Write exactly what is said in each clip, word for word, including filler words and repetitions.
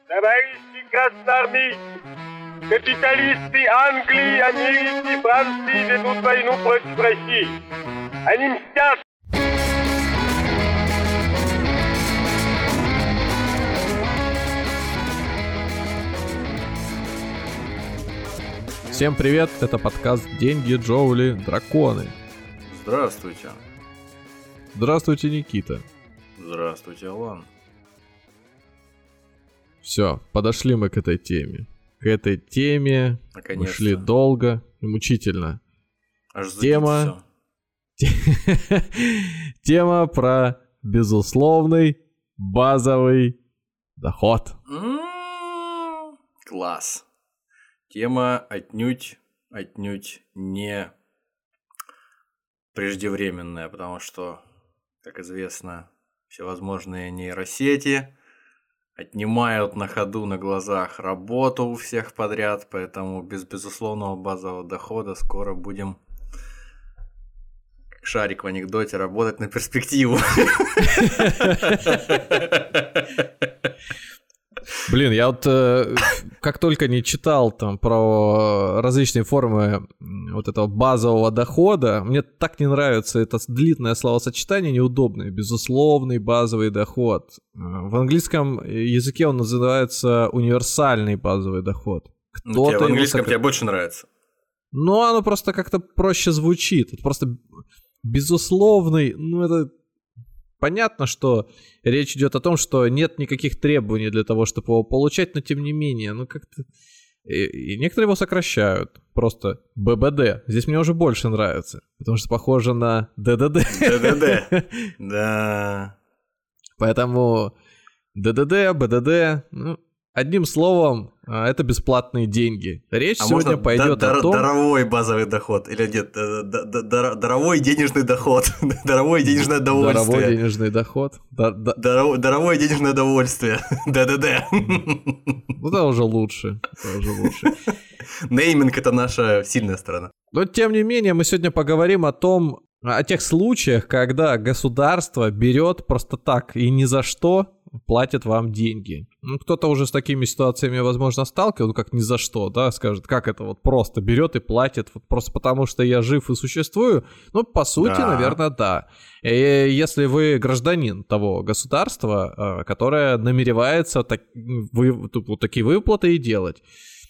Товарищи красноармейцы, капиталисты Англии, Америки, Франции ведут войну против России. Они мстят. Всем привет, это подкаст «Деньги, Джоули, Драконы». Здравствуйте. Здравствуйте, Никита. Здравствуйте, Алан. Все, подошли мы к этой теме. К этой теме мы шли долго и мучительно. Аж Тема... Тема про безусловный базовый доход. М-м-м, класс. Тема отнюдь, отнюдь не преждевременная, потому что, как известно, всевозможные нейросети отнимают на ходу, на глазах работу у всех подряд, поэтому без безусловного базового дохода скоро будем, как шарик в анекдоте, работать на перспективу. Блин, я вот э, как только не читал там про различные формы вот этого базового дохода, мне так не нравится это длинное словосочетание неудобное. Безусловный базовый доход. В английском языке он называется универсальный базовый доход. Ну, тебе в английском так... тебе больше нравится? Ну, оно просто как-то проще звучит. Это просто безусловный, ну это... Понятно, что речь идет о том, что нет никаких требований для того, чтобы его получать, но тем не менее, ну как-то... И, и некоторые его сокращают. Просто ББД. Здесь мне уже больше нравится, потому что похоже на ДДД. ДДД, да. Поэтому ДДД, БДД, ну, одним словом, это бесплатные деньги. Речь а сегодня пойдет дар- о том... Даровой базовый доход. Или нет, дар- даровой денежный доход. Даровое денежное удовольствие. Даровой денежный доход. Дар- Даров- даровое денежное удовольствие. ДДД. Ну, это уже лучше. Это уже лучше. Нейминг — это наша сильная сторона. Но, тем не менее, мы сегодня поговорим о том, о тех случаях, когда государство берет просто так и ни за что платит вам деньги. Ну, кто-то уже с такими ситуациями, возможно, сталкивался, ну, как ни за что, да, скажет, как это вот просто берет и платит, вот просто потому что я жив и существую. Ну, по сути, да. Наверное, да. И если вы гражданин того государства, которое намеревается так, вы, вот такие выплаты и делать.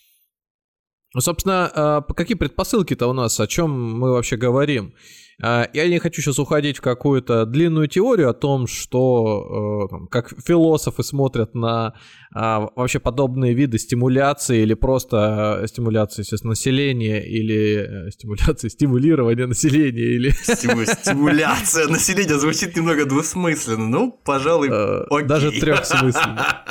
Ну, собственно, какие предпосылки-то у нас, о чем мы вообще говорим? Я не хочу сейчас уходить в какую-то длинную теорию о том, что там, как философы смотрят на а, вообще подобные виды стимуляции или просто стимуляции, естественно, населения или стимуляции, стимулирования населения или... Стимуляция населения звучит немного двусмысленно, ну, пожалуй, окей. Даже трехсмысленно.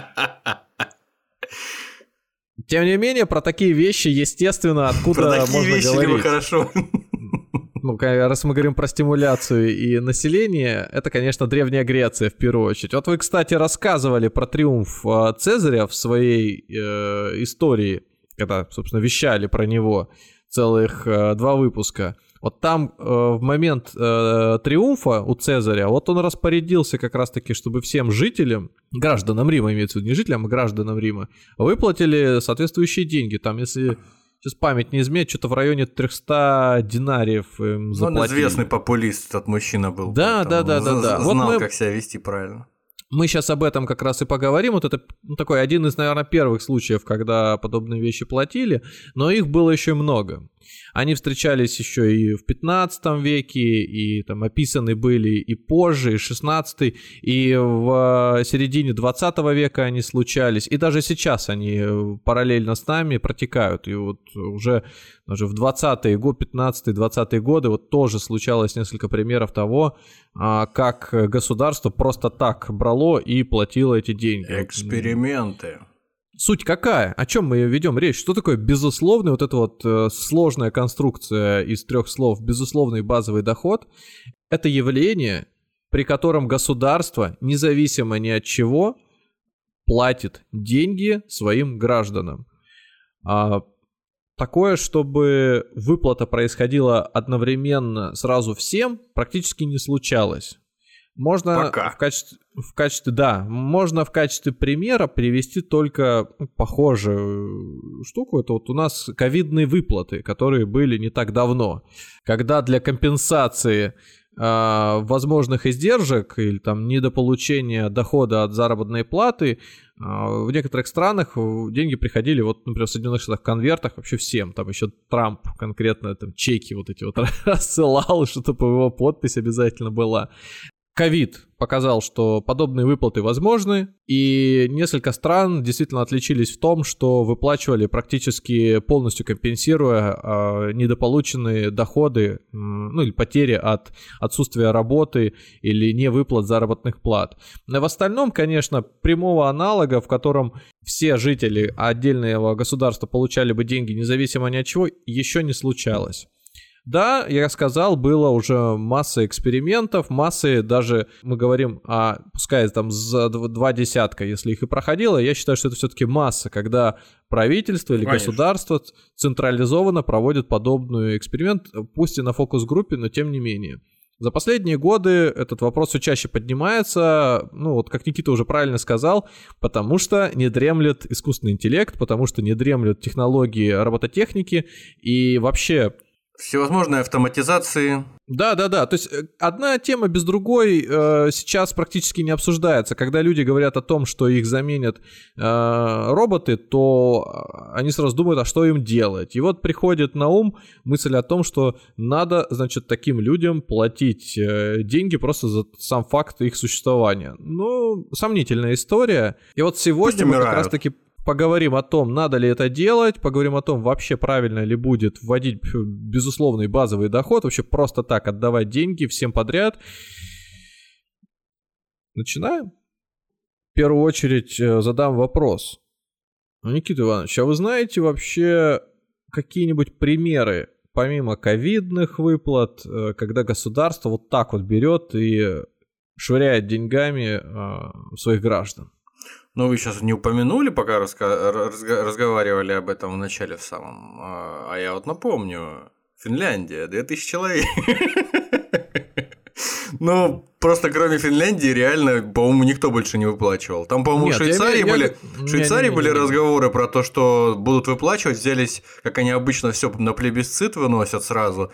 Тем не менее, про такие вещи, естественно, откуда можно говорить. Про такие вещи либо хорошо. Ну, раз мы говорим про стимуляцию и население, это, конечно, Древняя Греция в первую очередь. Вот вы, кстати, рассказывали про триумф Цезаря в своей э, истории, когда, собственно, вещали про него целых э, два выпуска. Вот там э, в момент э, триумфа у Цезаря, вот он распорядился как раз-таки, чтобы всем жителям, гражданам Рима, имеется в виду, не жителям, а гражданам Рима, выплатили соответствующие деньги. Там, если... Сейчас память не изменяет, что-то в районе триста динариев им заплатили. Он известный популист, этот мужчина был. Да, да, да, да, да. Знал, вот мы, как себя вести правильно. Мы сейчас об этом как раз и поговорим. Вот это ну, такой один из, наверное, первых случаев, когда подобные вещи платили, но их было еще много. Они встречались еще и в пятнадцатом веке, и там описаны были и позже, и шестнадцатый, и в середине двадцатого века они случались, и даже сейчас они параллельно с нами протекают. И вот уже даже в двадцатые годы, пятнадцатые, двадцатые годы вот тоже случалось несколько примеров того, как государство просто так брало и платило эти деньги. Эксперименты. Суть какая? О чем мы ведем речь? Что такое безусловный, вот эта вот э, сложная конструкция из трех слов, безусловный базовый доход? Это явление, при котором государство, независимо ни от чего, платит деньги своим гражданам. А, такое, чтобы выплата происходила одновременно сразу всем, практически не случалось. Можно Пока. в качестве, в качестве, да, можно в качестве примера привести только ну, похожую штуку. Это вот у нас ковидные выплаты, которые были не так давно, когда для компенсации э, возможных издержек или там недополучения дохода от заработной платы э, в некоторых странах деньги приходили, вот, например, в Соединенных Штатах в конвертах вообще всем. Там еще Трамп конкретно там чеки вот эти вот рассылал, чтобы его подпись обязательно была. Ковид показал, что подобные выплаты возможны, и несколько стран действительно отличились в том, что выплачивали практически полностью компенсируя э, недополученные доходы, э, ну или потери от отсутствия работы или невыплат заработных плат. Но в остальном, конечно, прямого аналога, в котором все жители отдельного государства получали бы деньги независимо ни от чего, еще не случалось. Да, я сказал, было уже масса экспериментов, массы, даже мы говорим, о, пускай там за два десятка, если их и проходило, я считаю, что это все-таки масса, когда правительство или Конечно. Государство централизованно проводит подобный эксперимент, пусть и на фокус-группе, но тем не менее. За последние годы этот вопрос все чаще поднимается, ну вот как Никита уже правильно сказал, потому что не дремлет искусственный интеллект, потому что не дремлют технологии робототехники и вообще... Всевозможные автоматизации. Да, да, да. То есть одна тема без другой э, сейчас практически не обсуждается. Когда люди говорят о том, что их заменят э, роботы, то они сразу думают, а что им делать. И вот приходит на ум мысль о том, что надо, значит, таким людям платить э, деньги просто за сам факт их существования. Ну, сомнительная история. И вот сегодня мы как раз-таки... Поговорим о том, надо ли это делать, поговорим о том, вообще правильно ли будет вводить безусловный базовый доход, вообще просто так отдавать деньги всем подряд. Начинаем. В первую очередь задам вопрос. Никита Иванович, а вы знаете вообще какие-нибудь примеры, помимо ковидных выплат, когда государство вот так вот берет и швыряет деньгами своих граждан? Ну, вы сейчас не упомянули, пока разга- разга- разговаривали об этом в начале в самом. А я вот напомню. Финляндия, две тысячи человек. Ну, просто кроме Финляндии реально, по-моему, никто больше не выплачивал. Там, по-моему, в Швейцарии были, в Швейцарии были разговоры про то, что будут выплачивать, взялись, как они обычно все на плебисцит выносят сразу.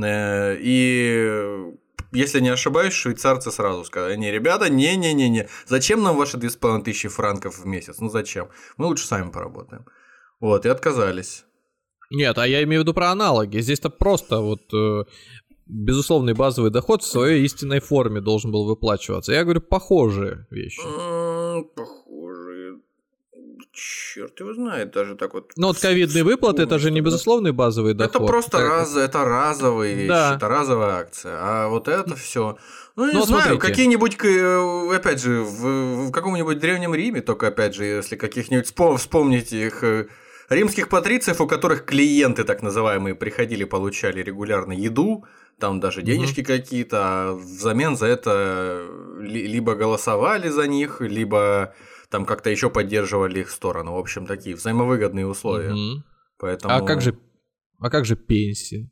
И... Если не ошибаюсь, швейцарцы сразу сказали: не, ребята, не-не-не-не, зачем нам ваши две с половиной тысячи франков в месяц? Ну зачем? Мы лучше сами поработаем. Вот, и отказались. Нет, а я имею в виду про аналоги. Здесь-то просто вот э, безусловный базовый доход в своей истинной форме должен был выплачиваться. Я говорю, похожие вещи. Похожие. Черт его знает, даже так вот. Ну вот ковидные выплаты, это же не безусловный базовый доход. Это просто это... раз, это разовые вещи, да. Это разовая акция. А вот это все. Ну, не ну, знаю, смотрите. Какие-нибудь, опять же, в, в каком-нибудь Древнем Риме, только опять же, если каких-нибудь вспомните их римских патрициев, у которых клиенты так называемые приходили, получали регулярно еду, там даже денежки mm-hmm. какие-то, а взамен за это либо голосовали за них, либо там как-то еще поддерживали их сторону. В общем, такие взаимовыгодные условия. Mm-hmm. Поэтому... А как же, а как же пенсия?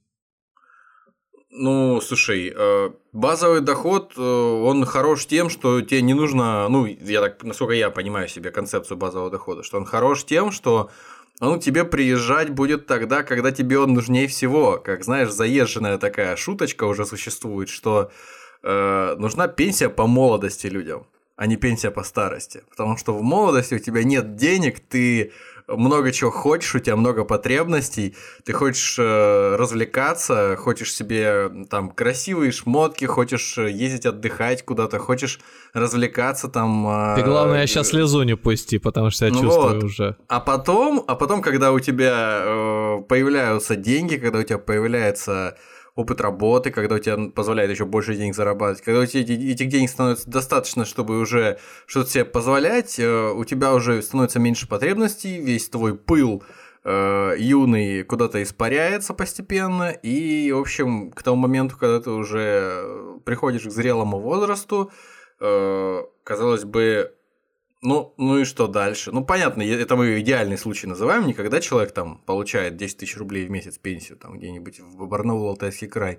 Ну, слушай, базовый доход, он хорош тем, что тебе не нужно, ну, я так, насколько я понимаю себе концепцию базового дохода, что он хорош тем, что он тебе приезжать будет тогда, когда тебе он нужнее всего. Как, знаешь, заезженная такая шуточка уже существует, что э, нужна пенсия по молодости людям, а не пенсия по старости. Потому что в молодости у тебя нет денег, ты много чего хочешь, у тебя много потребностей, ты хочешь э, развлекаться, хочешь себе там красивые шмотки, хочешь ездить отдыхать куда-то, хочешь развлекаться там. Э, ты главное э, сейчас слезу не пусти, потому что я ну чувствую вот. уже. А потом, а потом, когда у тебя э, появляются деньги, когда у тебя появляется опыт работы, когда у тебя позволяет еще больше денег зарабатывать, когда у тебя этих денег становится достаточно, чтобы уже что-то себе позволять, у тебя уже становится меньше потребностей, весь твой пыл э, юный куда-то испаряется постепенно, и, в общем, к тому моменту, когда ты уже приходишь к зрелому возрасту, э, казалось бы, ну, ну и что дальше? Ну, понятно, это мы идеальный случай называем, не когда человек там получает десять тысяч рублей в месяц пенсию, там где-нибудь в Барнаул, Алтайский край.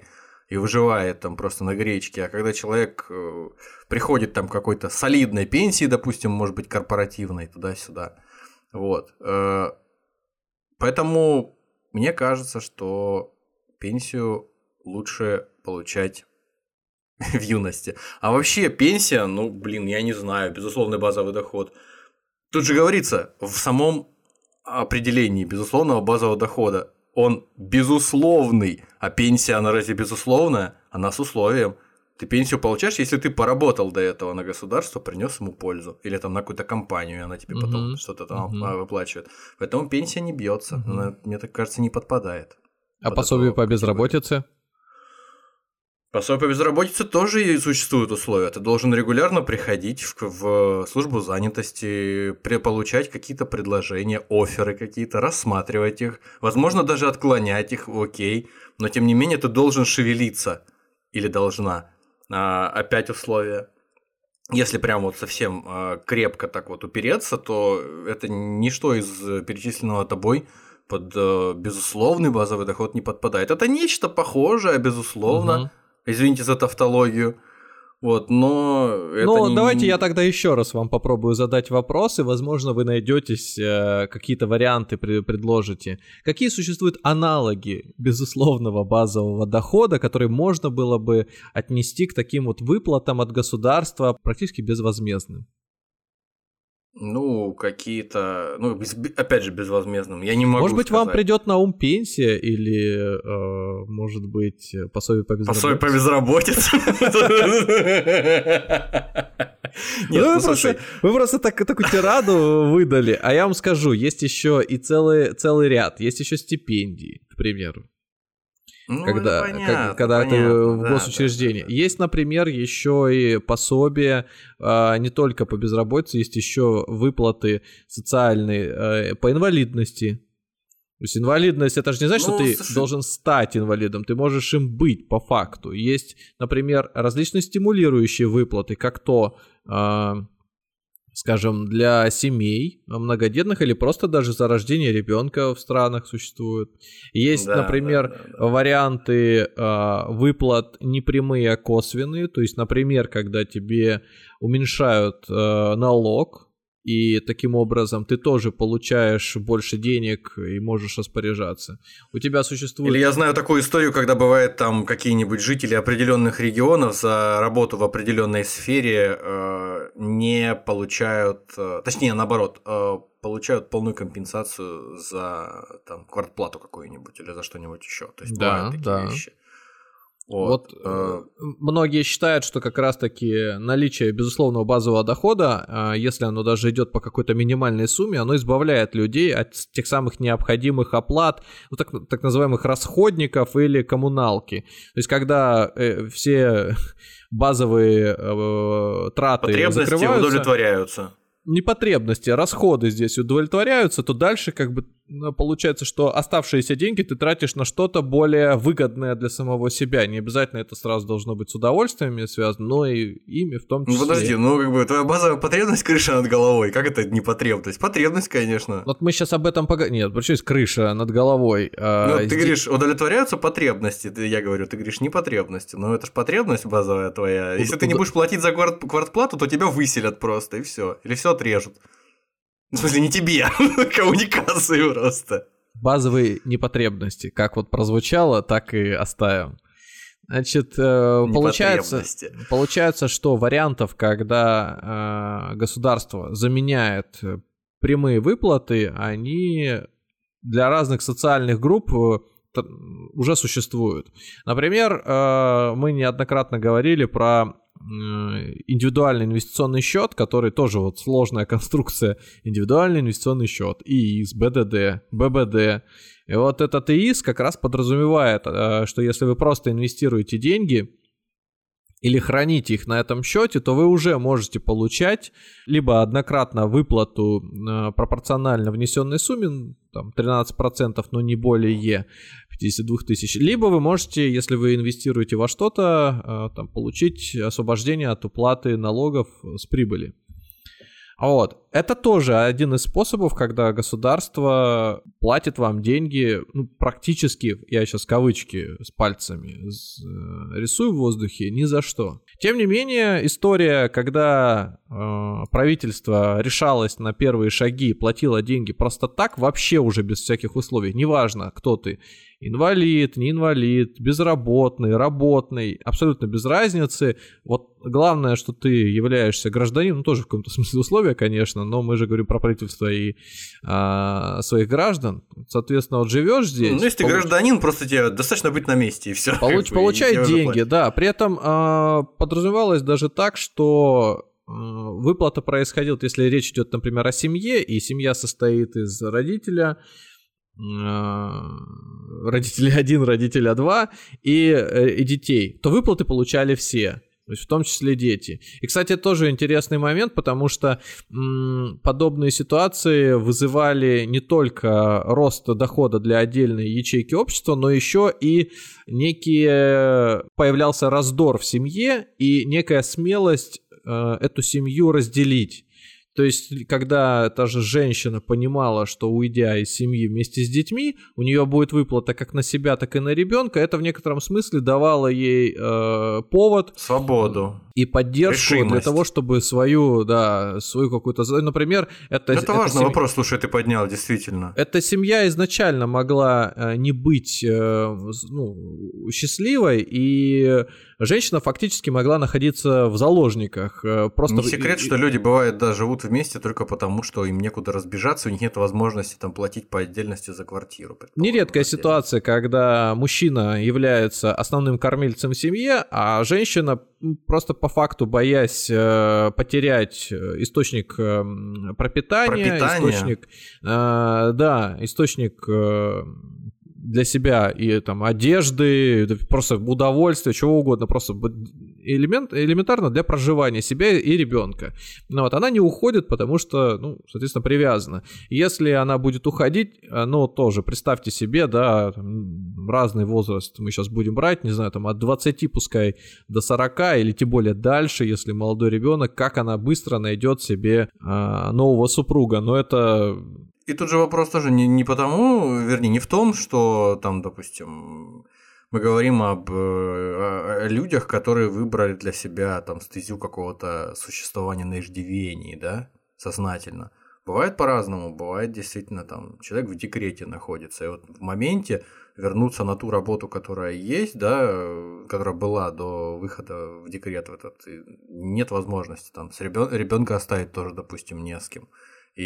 и выживает там просто на гречке, а когда человек э, приходит там к какой-то солидной пенсии, допустим, может быть, корпоративной, туда-сюда, вот. Э, поэтому мне кажется, что пенсию лучше получать в юности. А вообще пенсия, ну, блин, я не знаю, безусловный базовый доход. Тут же говорится в самом определении безусловного базового дохода. Он безусловный, а пенсия, она разве безусловная? Она с условием. Ты пенсию получаешь, если ты поработал до этого на государство, принес ему пользу. Или там на какую-то компанию, и она тебе потом uh-huh. что-то там uh-huh. выплачивает. Поэтому пенсия не бьется. Uh-huh. Она, мне так кажется, не подпадает. А пособие по безработице? Пособие по безработице тоже существуют условия. Ты должен регулярно приходить в, в службу занятости, получать какие-то предложения, офферы какие-то, рассматривать их, возможно, даже отклонять их, окей. Но тем не менее ты должен шевелиться или должна. А, опять условия. Если прям вот совсем а, крепко так вот упереться, то это ничто из перечисленного тобой под а, безусловный базовый доход не подпадает. Это нечто похожее, безусловно. Угу. Извините за тавтологию. Вот, но это Ну, не... давайте я тогда еще раз вам попробую задать вопросы. Возможно, вы найдетесь, э, какие-то варианты при- предложите. Какие существуют аналоги безусловного базового дохода, которые можно было бы отнести к таким вот выплатам от государства практически безвозмездным? Ну, какие-то, ну, без, опять же, безвозмездным. Я не могу Может быть, сказать. вам придет на ум пенсия или, э, может быть, пособие по безработице? Пособие по безработице? Нет, вы просто такую тираду выдали, а я вам скажу, есть еще и целый ряд, есть еще стипендии, к примеру. Ну, когда, это понятно, как, когда понятно, ты в да, госучреждении. Да, да. Есть, например, еще и пособие а, не только по безработице, есть еще выплаты социальные а, по инвалидности. То есть инвалидность, это же не значит, ну, что ты слушай... должен стать инвалидом, ты можешь им быть по факту. Есть, например, различные стимулирующие выплаты, как то... А, скажем, для семей многодетных или просто даже за рождение ребенка в странах существуют. Есть, да, например, да, да, да. варианты э, выплат не прямые, а косвенные. То есть, например, когда тебе уменьшают э, налог, и таким образом ты тоже получаешь больше денег и можешь распоряжаться. У тебя существует... Или я знаю такую историю, когда бывает там какие-нибудь жители определенных регионов за работу в определенной сфере э, не получают, э, точнее наоборот, э, получают полную компенсацию за там квартплату какую-нибудь или за что-нибудь еще. То есть да, бывают такие да. вещи. Вот, вот э, многие считают, что как раз-таки наличие безусловного базового дохода, э, если оно даже идет по какой-то минимальной сумме, оно избавляет людей от тех самых необходимых оплат, ну, так, так называемых расходников или коммуналки. То есть когда э, все базовые э, траты потребности закрываются, удовлетворяются. Не потребности, расходы здесь удовлетворяются, то дальше как бы получается, что оставшиеся деньги ты тратишь на что-то более выгодное для самого себя. Не обязательно это сразу должно быть с удовольствиями связано, но и ими в том числе. Ну подожди, ну как бы твоя базовая потребность крыша над головой, как это не потребность? Потребность, конечно. Вот мы сейчас об этом поговорим. Нет, почему есть крыша над головой? А, ну, ты здесь... говоришь, удовлетворяются потребности, ты, я говорю, ты говоришь не потребности, но это же потребность базовая твоя. Если у... ты не будешь платить за кварт... квартплату, то тебя выселят просто, и все. Или все отрежут. В смысле, не тебе, коммуникацию просто. Базовые непотребности. Как вот прозвучало, так и оставим. Значит, э, получается, получается, что вариантов, когда э, государство заменяет прямые выплаты, они для разных социальных групп уже существуют. Например, э, мы неоднократно говорили про индивидуальный инвестиционный счет, который тоже вот сложная конструкция. Индивидуальный инвестиционный счет, ИИС, БДД, ББД. И вот этот ИИС как раз подразумевает, что если вы просто инвестируете деньги или храните их на этом счете, то вы уже можете получать либо однократно выплату пропорционально внесенной сумме, там тринадцать процентов, но не более пятьдесят две тысячи, либо вы можете, если вы инвестируете во что-то, там, получить освобождение от уплаты налогов с прибыли. Вот. Это тоже один из способов, когда государство платит вам деньги, ну, практически, я сейчас кавычки с пальцами с, э, рисую в воздухе, ни за что. Тем не менее, история, когда э, правительство решалось на первые шаги, платило деньги просто так, вообще уже без всяких условий, неважно, кто ты, инвалид, не инвалид, безработный, работный, абсолютно без разницы. Вот главное, что ты являешься гражданином, ну, тоже в каком-то смысле условия, конечно, но мы же говорим про правительство и а, своих граждан. Соответственно, вот живешь здесь... Ну, если получ... ты гражданин, просто тебе достаточно быть на месте, и все. Получ... Получай деньги, да. При этом а, подразумевалось даже так, что а, выплата происходила, если речь идет, например, о семье, и семья состоит из родителя, родители один, родителя два и, и детей, то выплаты получали все, то есть в том числе дети. И, кстати, это тоже интересный момент, потому что м, подобные ситуации вызывали не только рост дохода для отдельной ячейки общества, но еще и некий появлялся раздор в семье и некая смелость э, эту семью разделить. То есть, когда та же женщина понимала, что, уйдя из семьи вместе с детьми, у нее будет выплата как на себя, так и на ребенка, это в некотором смысле давало ей э, повод, свободу и поддержку решимость для того, чтобы свою, да, свою какую-то, например, это... Это, это важный семь... вопрос, слушай, ты поднял, действительно. Эта семья изначально могла э, не быть э, ну, счастливой, и женщина фактически могла находиться в заложниках. Э, просто... Не секрет, что люди, бывает, да, живут вместе только потому, что им некуда разбежаться, у них нет возможности там платить по отдельности за квартиру. Нередкая ситуация, когда мужчина является основным кормильцем в семье, а женщина просто по факту, боясь э, потерять источник э, пропитания, Пропитание. источник, э, да, источник э, для себя и там одежды, просто удовольствия, чего угодно, просто элемент, элементарно для проживания себя и ребенка. Но вот она не уходит, потому что, ну, соответственно, привязана. Если она будет уходить, ну, тоже представьте себе, да, там, разный возраст мы сейчас будем брать, не знаю, там от двадцати пускай до сорока или тем более дальше, если молодой ребенок, как она быстро найдет себе а, нового супруга. Но это... И тут же вопрос тоже не, не потому, вернее, не в том, что там, допустим, мы говорим об о, о людях, которые выбрали для себя там стезю какого-то существования на иждивении, да, сознательно. Бывает по-разному, бывает действительно там человек в декрете находится, и вот в моменте вернуться на ту работу, которая есть, да, которая была до выхода в декрет в этот, нет возможности там с ребен... ребенка оставить тоже, допустим, не с кем.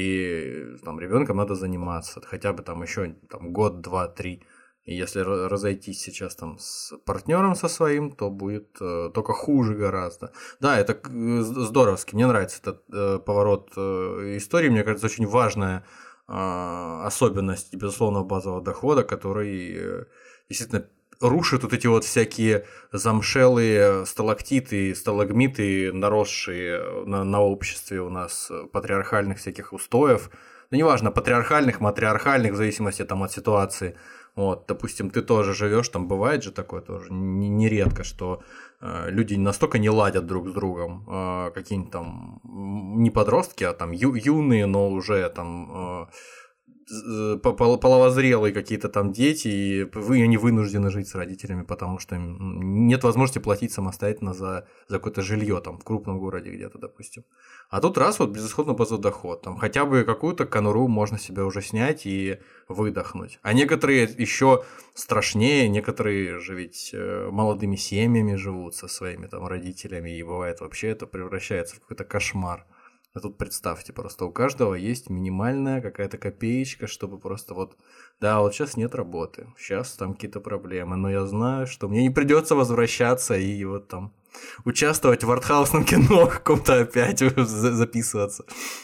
И там ребенком надо заниматься, хотя бы там еще там, год, два, три. И если разойтись сейчас там с партнером со своим, то будет э, только хуже гораздо. Да, это здоровски, мне нравится этот э, поворот э, истории, мне кажется, очень важная э, особенность, безусловно, базового дохода, который э, действительно рушит вот эти вот всякие замшелые сталактиты, сталагмиты, наросшие на, на обществе у нас патриархальных всяких устоев. Ну, неважно, патриархальных, матриархальных, в зависимости там от ситуации. Вот, допустим, ты тоже живешь, там бывает же такое тоже нередко, что э, люди настолько не ладят друг с другом, э, какие-нибудь там не подростки, а там ю, юные, но уже там... Э, половозрелые какие-то там дети, и вы они вынуждены жить с родителями, потому что нет возможности платить самостоятельно за, за какое-то жилье там в крупном городе где-то, допустим. А тут раз вот безысходно базовый доход, там хотя бы какую-то конуру можно себе уже снять и выдохнуть. А некоторые еще страшнее, некоторые же ведь молодыми семьями живут со своими там родителями, и бывает вообще это превращается в какой-то кошмар. А тут представьте, просто у каждого есть минимальная какая-то копеечка, чтобы просто вот, да, вот сейчас нет работы, сейчас там какие-то проблемы, но я знаю, что мне не придется возвращаться и вот там участвовать в артхаусном кино каком-то опять записываться.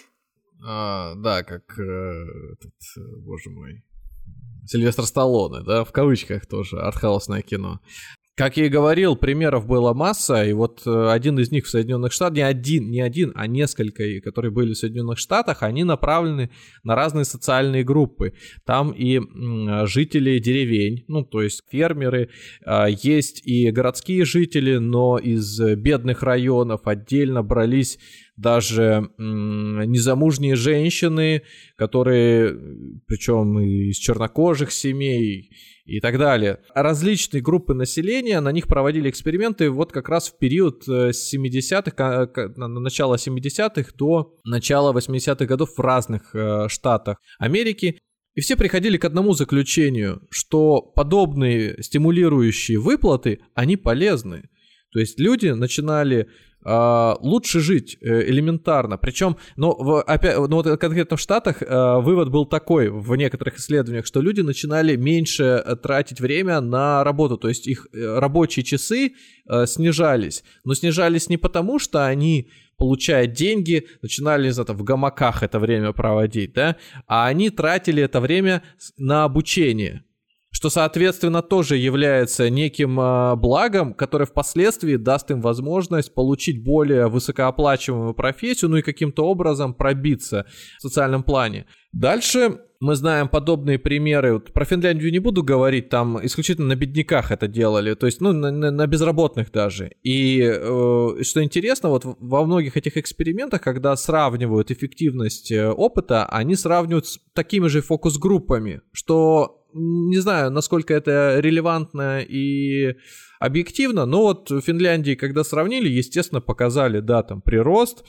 А, да, как э, этот, боже мой, Сильвестр Сталлоне, да, в кавычках тоже, артхаусное кино. Как я и говорил, примеров была масса, и вот один из них в Соединенных Штатах, не один, не один, а несколько, которые были в Соединенных Штатах, они направлены на разные социальные группы. Там и жители деревень, ну, то есть фермеры, есть и городские жители, но из бедных районов отдельно брались даже незамужние женщины, которые, причем из чернокожих семей, и так далее. Различные группы населения, на них проводили эксперименты вот как раз в период с семидесятых, начала семидесятых до начала восьмидесятых годов в разных штатах Америки. И все приходили к одному заключению, что подобные стимулирующие выплаты, они полезны. То есть люди начинали лучше жить элементарно. Причем, ну, в, опять, ну, вот конкретно в Штатах э, вывод был такой в некоторых исследованиях, что люди начинали меньше тратить время на работу, то есть их рабочие часы э, снижались. Но снижались не потому, что они, получая деньги, начинали, не знаю, там, в гамаках это время проводить, да, а они тратили это время на обучение. Что, соответственно, тоже является неким э, благом, которое впоследствии даст им возможность получить более высокооплачиваемую профессию, ну и каким-то образом пробиться в социальном плане. Дальше мы знаем подобные примеры. Вот про Финляндию не буду говорить, там исключительно на бедняках это делали, то есть, ну, на, на безработных даже. И э, что интересно, вот во многих этих экспериментах, когда сравнивают эффективность опыта, они сравнивают с такими же фокус-группами, что... Не знаю, насколько это релевантно и объективно, но вот в Финляндии, когда сравнили, естественно, показали, да, там прирост.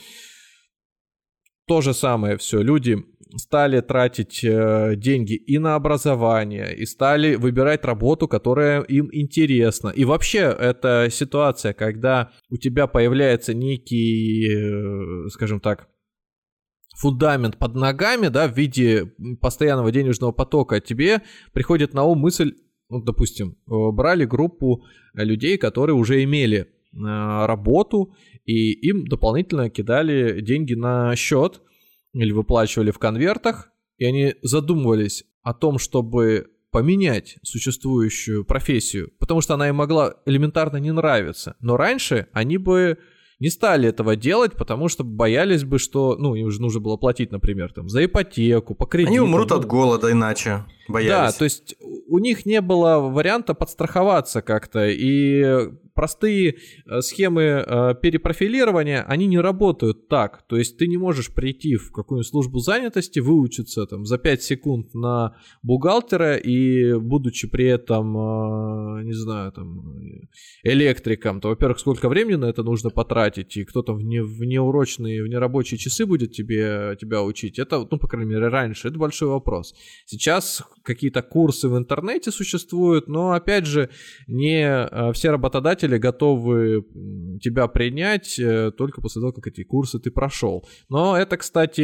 То же самое все. Люди стали тратить э, деньги и на образование, и стали выбирать работу, которая им интересна. И вообще, это ситуация, когда у тебя появляется некий, э, скажем так, фундамент под ногами, да, в виде постоянного денежного потока, тебе приходит на ум мысль, ну, допустим, брали группу людей, которые уже имели э, работу, и им дополнительно кидали деньги на счет или выплачивали в конвертах, и они задумывались о том, чтобы поменять существующую профессию, потому что она им могла элементарно не нравиться. Но раньше они бы не стали этого делать, потому что боялись бы, что, ну, им же нужно было платить, например, там, за ипотеку, по кредиту. Они умрут от голода иначе, боялись. Да, то есть у них не было варианта подстраховаться как-то, и простые схемы перепрофилирования, они не работают так. То есть ты не можешь прийти в какую-нибудь службу занятости, выучиться там за пять секунд на бухгалтера и, будучи при этом, не знаю, там, электриком, то, во-первых, сколько времени на это нужно потратить, и кто там в, не, в неурочные, в нерабочие часы будет тебе, тебя учить, это, ну, по крайней мере, раньше, это большой вопрос. Сейчас какие-то курсы в интернете существуют, но, опять же, не все работодатели готовы тебя принять только после того, как эти курсы ты прошел. Но это,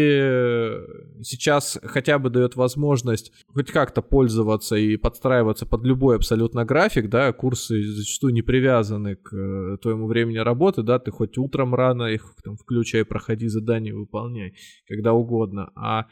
кстати, сейчас хотя бы дает возможность хоть как-то пользоваться и подстраиваться под любой абсолютно график, да, курсы зачастую не привязаны к твоему времени работы, да, ты хоть утром рано их там включай, проходи задания, выполняй, когда угодно, а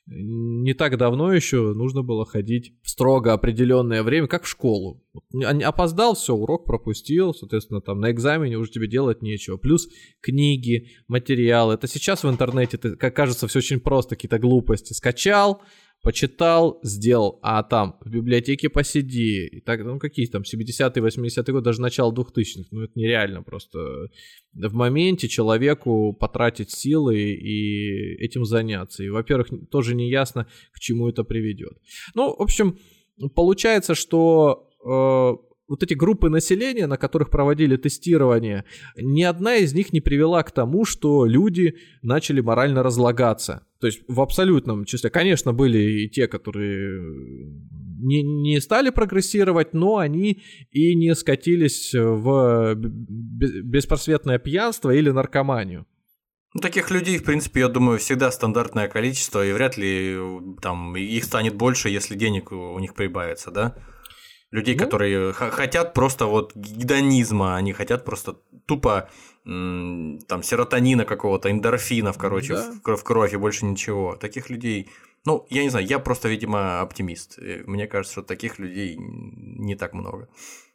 не так давно еще нужно было ходить в строго определенное время, как в школу. Опоздал, все, урок пропустил, соответственно, там на экзамене уже тебе делать нечего. Плюс книги, материалы. Это сейчас в интернете, как кажется, все очень просто, какие-то глупости. Скачал, почитал, сделал, а там в библиотеке посиди, и так, ну какие там семидесятые, восьмидесятые годы, даже начало двухтысячных, ну это нереально просто в моменте человеку потратить силы и этим заняться, и, во-первых, тоже не ясно, к чему это приведет. Ну, в общем, получается, что э, вот эти группы населения, на которых проводили тестирование, ни одна из них не привела к тому, что люди начали морально разлагаться. То есть в абсолютном числе, конечно, были и те, которые не, не стали прогрессировать, но они и не скатились в беспросветное пьянство или наркоманию. Ну, таких людей, в принципе, я думаю, всегда стандартное количество, и вряд ли там их станет больше, если денег у них прибавится, да? Людей, ну, которые х- хотят просто вот гедонизма, они хотят просто тупо м- там серотонина какого-то, эндорфинов, короче, да. в, в кровь и больше ничего. Таких людей, ну, я не знаю, я просто, видимо, оптимист. Мне кажется, что таких людей не так много.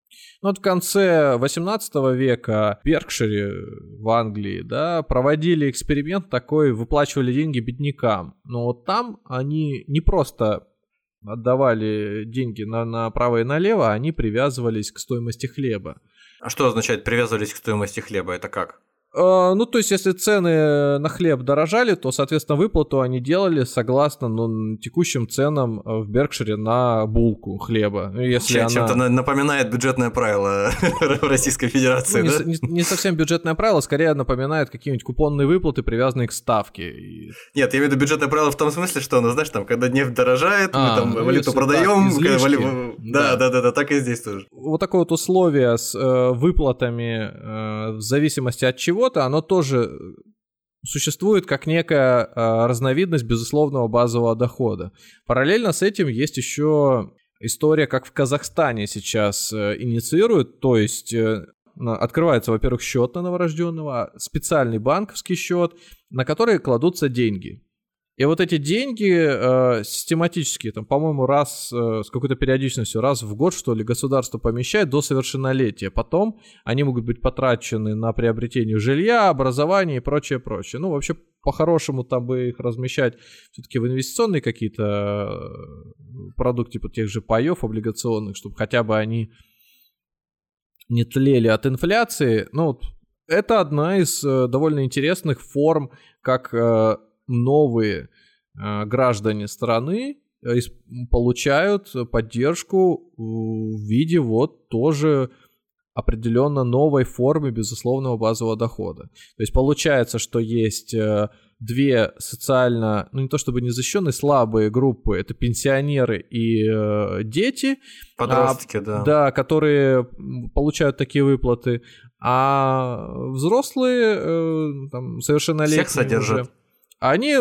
Ну, вот в конце восемнадцатого века в Беркшире в Англии, да, проводили эксперимент такой, выплачивали деньги беднякам. Но вот там они не просто отдавали деньги на, направо и налево, они привязывались к стоимости хлеба. А что означает привязывались к стоимости хлеба? Это как? Uh, ну, то есть, если цены на хлеб дорожали, то, соответственно, выплату они делали согласно ну, текущим ценам в Беркшире на булку хлеба. Если Чем- она... Чем-то напоминает бюджетное правило Российской Федерации, ну, да? не, не, не совсем бюджетное правило, скорее напоминает какие-нибудь купонные выплаты, привязанные к ставке. И... Нет, я имею в виду бюджетное правило в том смысле, что, ну, знаешь, там, когда нефть дорожает, а, мы там ну, валюту продаем, так, вали... да, да, да, да, так и здесь тоже. Вот такое вот условие с э, выплатами э, в зависимости от чего-то, оно тоже существует как некая э, разновидность безусловного базового дохода. Параллельно с этим есть еще история, как в Казахстане сейчас э, инициируют, то есть э, открывается, во-первых, счет на новорожденного, специальный банковский счет, на который кладутся деньги. И вот эти деньги э, систематически, там, по-моему, раз э, с какой-то периодичностью, раз в год, что ли, государство помещает до совершеннолетия. Потом они могут быть потрачены на приобретение жилья, образование и прочее, прочее. Ну, вообще, по-хорошему, там бы их размещать все-таки в инвестиционные какие-то продукты, типа тех же паев облигационных, чтобы хотя бы они не тлели от инфляции. Ну, вот, это одна из э, довольно интересных форм, как... Э, новые э, граждане страны э, получают поддержку в виде вот тоже определенно новой формы безусловного базового дохода. То есть получается, что есть э, две социально, ну не то чтобы незащищенные, слабые группы, это пенсионеры и э, дети. Подростки, а, да. Да, которые получают такие выплаты, а взрослые, э, там, совершеннолетние всех содержат. Уже, они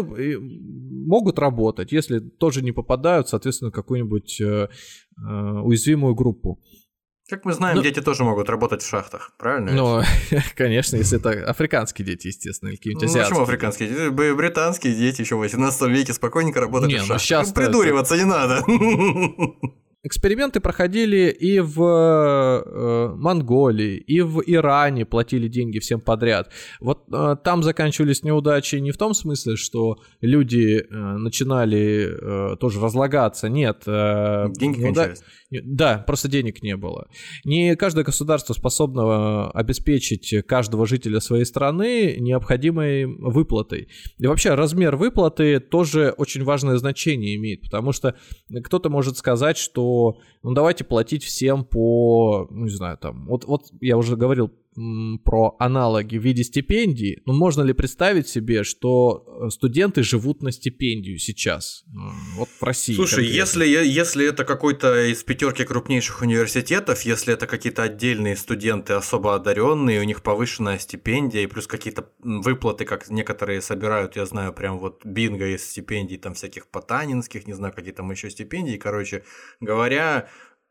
могут работать, если тоже не попадают, соответственно, в какую-нибудь э, э, уязвимую группу. Как мы знаем, ну, дети тоже могут работать в шахтах, правильно? Ну, конечно, если это африканские дети, естественно, или какие-нибудь азиатские. Ну, почему африканские дети? Британские дети еще в восемнадцатом веке спокойненько работали не, в шахтах. Ну, сейчас придуриваться это... не надо. Эксперименты проходили и в э, Монголии, и в Иране платили деньги всем подряд. Вот э, там заканчивались неудачи не в том смысле, что люди э, начинали э, тоже разлагаться. Нет. Э, деньги неуда... кончались. Да, просто денег не было. Не каждое государство способно обеспечить каждого жителя своей страны необходимой выплатой. И вообще размер выплаты тоже очень важное значение имеет, потому что кто-то может сказать, что ну давайте платить всем по, ну не знаю, там, вот, вот я уже говорил м, про аналоги в виде стипендий, но можно ли представить себе, что студенты живут на стипендию сейчас, вот в России? Слушай, если, если это какой-то из пятерки крупнейших университетов, если это какие-то отдельные студенты особо одаренные, у них повышенная стипендия и плюс какие-то выплаты, как некоторые собирают, я знаю, прям вот бинго из стипендий, там всяких потанинских, не знаю, какие там еще стипендии, короче говоря,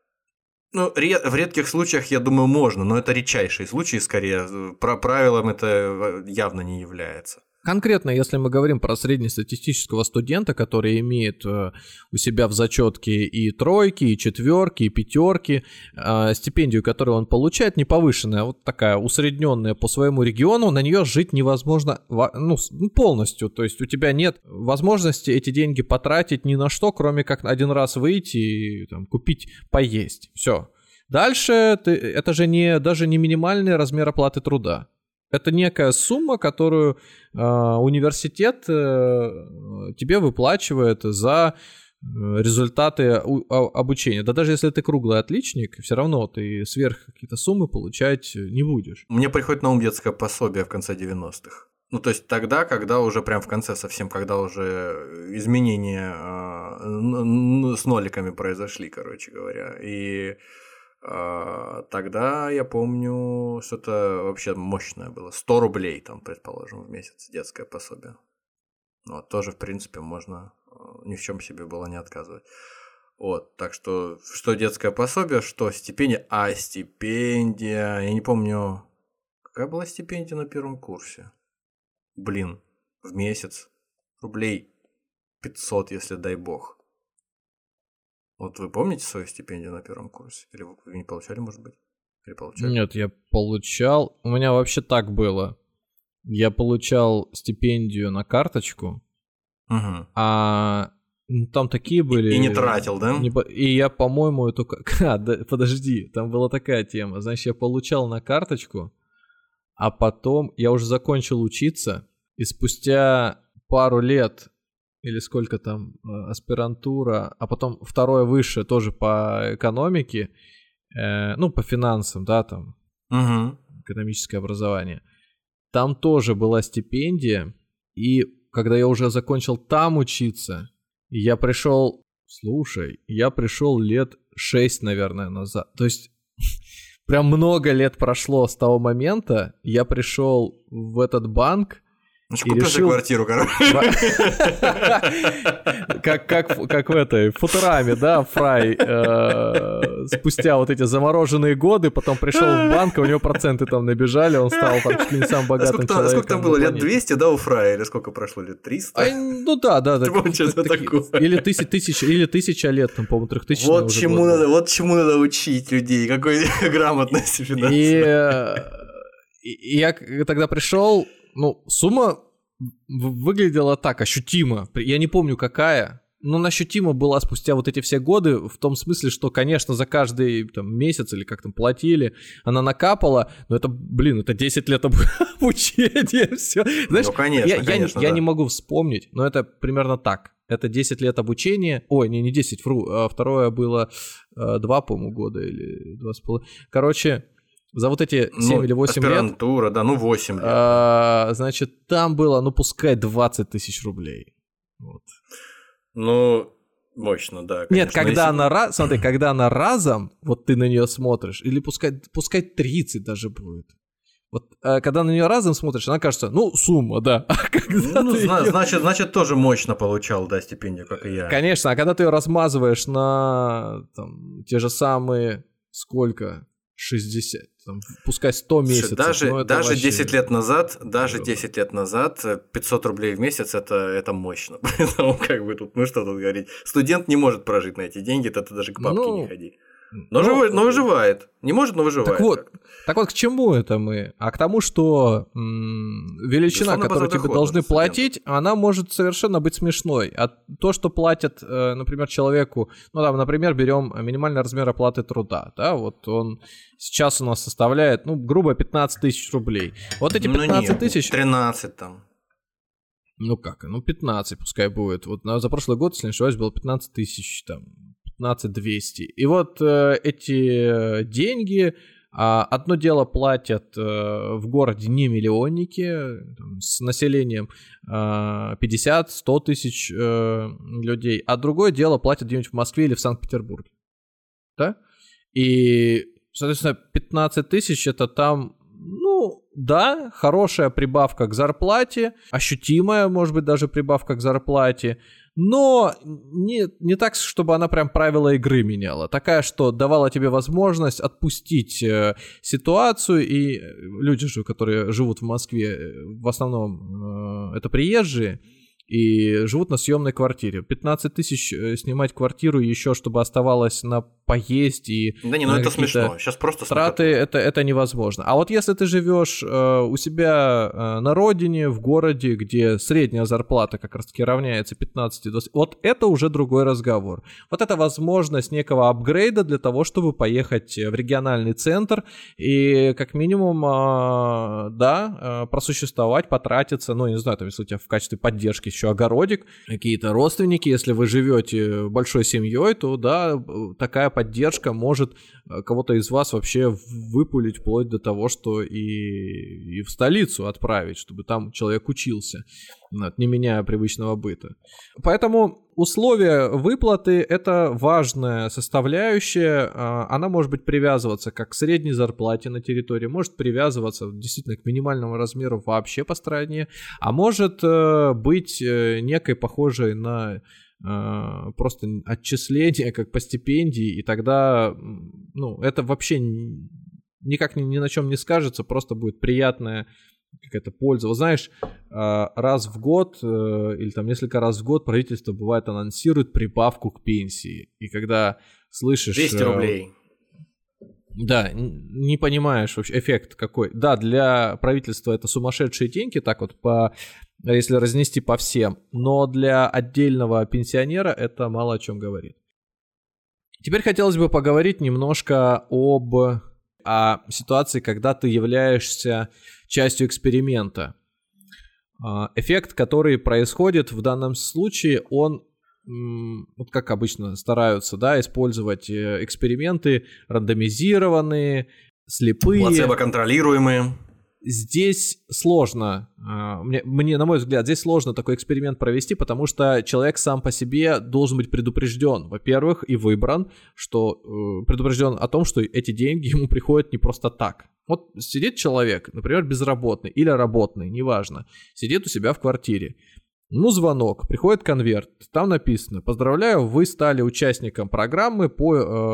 ну, в редких случаях, я думаю, можно, но это редчайшие случаи, скорее, про правилом это явно не является. Конкретно, если мы говорим про среднестатистического студента, который имеет э, у себя в зачетке и тройки, и четверки, и пятерки, э, стипендию, которую он получает, не повышенная, вот такая усредненная по своему региону, на нее жить невозможно ну, полностью. То есть у тебя нет возможности эти деньги потратить ни на что, кроме как один раз выйти и там, купить поесть. Все. Дальше ты, это же не, даже не минимальный размер оплаты труда. Это некая сумма, которую э, университет э, тебе выплачивает за результаты у, обучения. Да даже если ты круглый отличник, все равно ты сверх какие-то суммы получать не будешь. Мне приходит на ум детское пособие в конце девяностых. Ну, то есть тогда, когда уже прям в конце совсем, когда уже изменения э, с ноликами произошли, короче говоря. И... тогда я помню, что-то вообще мощное было. сто рублей, там, предположим, в месяц детское пособие. Вот, тоже, в принципе, можно ни в чем себе было не отказывать. Вот, так что, что детское пособие, что стипендия. А, стипендия, я не помню, какая была стипендия на первом курсе? Блин, в месяц. Рублей пятьсот, если дай бог. Вот вы помните свою стипендию на первом курсе? Или вы не получали, может быть? Или получали? Нет, я получал... У меня вообще так было. Я получал стипендию на карточку, Угу. а там такие были... И не тратил, да? Не... И я, по-моему, эту... А, да, подожди, там была такая тема. Значит, я получал на карточку, а потом я уже закончил учиться, и спустя пару лет, или сколько там, аспирантура, а потом второе высшее тоже по экономике, э, ну, по финансам, да, там, угу. экономическое образование. Там тоже была стипендия, и когда я уже закончил там учиться, я пришел, слушай, я пришел лет шесть, наверное, назад. То есть прям много лет прошло с того момента, я пришел в этот банк. Ну что, купил себе квартиру, короче. Как, как, как в этой Футураме, да, Фрай, э, спустя вот эти замороженные годы, потом пришел в банк, а у него проценты там набежали, он стал там чуть ли не самым богатым а сколько, человеком. А сколько там было, лет двести, да, у Фрая, или сколько прошло, лет триста? А, ну да, да, да. Что-то такое. Или, тысяч, тысяч, или тысяча лет, там, по-моему, трехтысячный вот чему было. надо, Вот чему надо учить людей, какой грамотности финансовой. И, и я тогда пришел, ну, сумма выглядела так, ощутимо. Я не помню, какая, но ощутимо была спустя вот эти все годы, в том смысле, что, конечно, за каждый там, месяц или как там платили, она накапала, но это, блин, это десять лет обучения, все. Знаешь, ну, конечно, я, конечно, я, да. я не могу вспомнить, но это примерно так. Это десять лет обучения, ой, не, не десять, вру, а второе было два, по-моему, года или два с половиной. Короче, за вот эти семь ну, или восемь лет... Аспирантура, да, ну восемь лет. А, значит, там было, ну, пускай двадцать тысяч рублей. Вот. Ну, мощно, да. Конечно. Нет, когда если... она, раз... смотри, когда она разом, вот ты на нее смотришь, или пускай, пускай тридцать даже будет. Вот а, когда на нее разом смотришь, она кажется, ну, сумма, да. А когда ну, зна- её... значит, значит, тоже мощно получал, да, стипендию, как и я. Конечно, а когда ты ее размазываешь на там, те же самые, сколько... шестьдесят, там, пускай сто месяцев. Даже, даже вообще... десять лет назад, даже десять лет назад пятьсот рублей в месяц это, это мощно. Поэтому как бы тут, ну что тут говорить. Студент не может прожить на эти деньги, то ты даже к бабке ну, не ходи. Но, ну, жив... но выживает. Не может, но выживает. Так вот, так вот, к чему это мы? А к тому, что м- величина, Безусловно, которую тебе должны платить, она может совершенно быть смешной. А то, что платят, э, например, человеку, ну там, например, берем минимальный размер оплаты труда, да, вот он сейчас у нас составляет, ну, грубо пятнадцать тысяч рублей. Вот эти пятнадцать тысяч... тринадцать там. Ну как, ну пятнадцать пускай будет. Вот на, за прошлый год, если не ошибаюсь, было пятнадцать тысяч, там, пятнадцать двести. И вот э, эти деньги, э, одно дело платят э, в городе не миллионники, там, с населением э, пятьдесят-сто тысяч э, людей, а другое дело платят где-нибудь в Москве или в Санкт-Петербурге. Да? И, соответственно, пятнадцать тысяч это там... Ну, да, хорошая прибавка к зарплате, ощутимая, может быть, даже прибавка к зарплате, но не, не так, чтобы она прям правила игры меняла. Такая, что давала тебе возможность отпустить э, ситуацию, и люди же, которые живут в Москве, в основном э, это приезжие, и живут на съемной квартире. пятнадцать тысяч снимать квартиру еще, чтобы оставалось на поесть и... Да не, ну это смешно. Сейчас просто траты, это, это невозможно. А вот если ты живешь э, у себя э, на родине, в городе, где средняя зарплата как раз-таки равняется пятнадцать-двадцать, вот это уже другой разговор. Вот это возможность некого апгрейда для того, чтобы поехать в региональный центр и как минимум, э, да, э, просуществовать, потратиться, ну, я не знаю, там, если у тебя в качестве поддержки еще огородик, какие-то родственники, если вы живете большой семьей, то да, такая поддержка может кого-то из вас вообще выпулить вплоть до того, что и, и в столицу отправить, чтобы там человек учился, не меняя привычного быта. Поэтому условия выплаты — это важная составляющая. Она может быть привязываться как к средней зарплате на территории, может привязываться действительно к минимальному размеру вообще по стране, а может быть некой похожей на просто отчисление как по стипендии, и тогда, ну, это вообще никак ни, ни на чем не скажется, просто будет приятная какая-то польза. Вот знаешь, раз в год или там несколько раз в год правительство бывает анонсирует прибавку к пенсии, и когда слышишь... двести рублей. Да, не понимаешь вообще эффект какой. Да, для правительства это сумасшедшие деньги, так вот, по, если разнести по всем, но для отдельного пенсионера это мало о чем говорит. Теперь хотелось бы поговорить немножко об о ситуации, когда ты являешься частью эксперимента. Эффект, который происходит в данном случае, он, вот как обычно стараются, да, использовать эксперименты рандомизированные, слепые. Плацебо-контролируемые. Здесь сложно, мне, мне, на мой взгляд, здесь сложно такой эксперимент провести, потому что человек сам по себе должен быть предупрежден, во-первых, и выбран, что предупрежден о том, что эти деньги ему приходят не просто так. Вот сидит человек, например, безработный или работный, неважно, сидит у себя в квартире. Ну, звонок, приходит конверт, там написано: поздравляю, вы стали участником программы по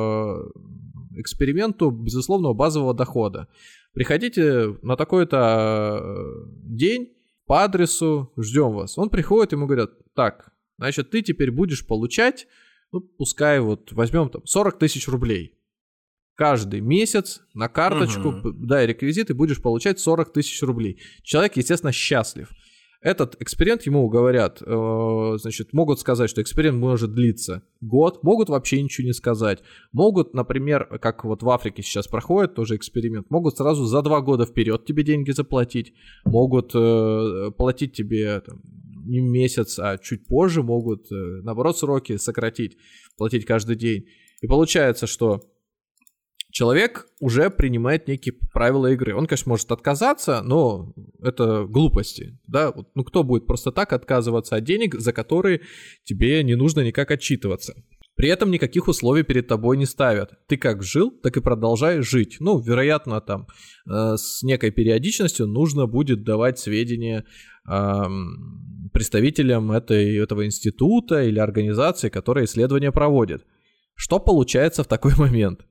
э, эксперименту безусловного базового дохода. Приходите на такой-то день по адресу, ждем вас. Он приходит, ему говорят: так, значит, ты теперь будешь получать, ну, пускай вот возьмем там сорок тысяч рублей. Каждый месяц на карточку, uh-huh. дай реквизиты, будешь получать сорок тысяч рублей. Человек, естественно, счастлив. Этот эксперимент ему говорят, э, значит, могут сказать, что эксперимент может длиться год, могут вообще ничего не сказать. Могут, например, как вот в Африке сейчас проходит тоже эксперимент, могут сразу за два года вперед тебе деньги заплатить, могут э, платить тебе там, не месяц, а чуть позже, могут, э, наоборот, сроки сократить, платить каждый день. И получается, что человек уже принимает некие правила игры. Он, конечно, может отказаться, но это глупости. Да? Ну, кто будет просто так отказываться от денег, за которые тебе не нужно никак отчитываться? При этом никаких условий перед тобой не ставят. Ты как жил, так и продолжай жить. Ну, вероятно, там э, с некой периодичностью нужно будет давать сведения э, представителям этой, этого института или организации, которая исследования проводит. Что получается в такой момент?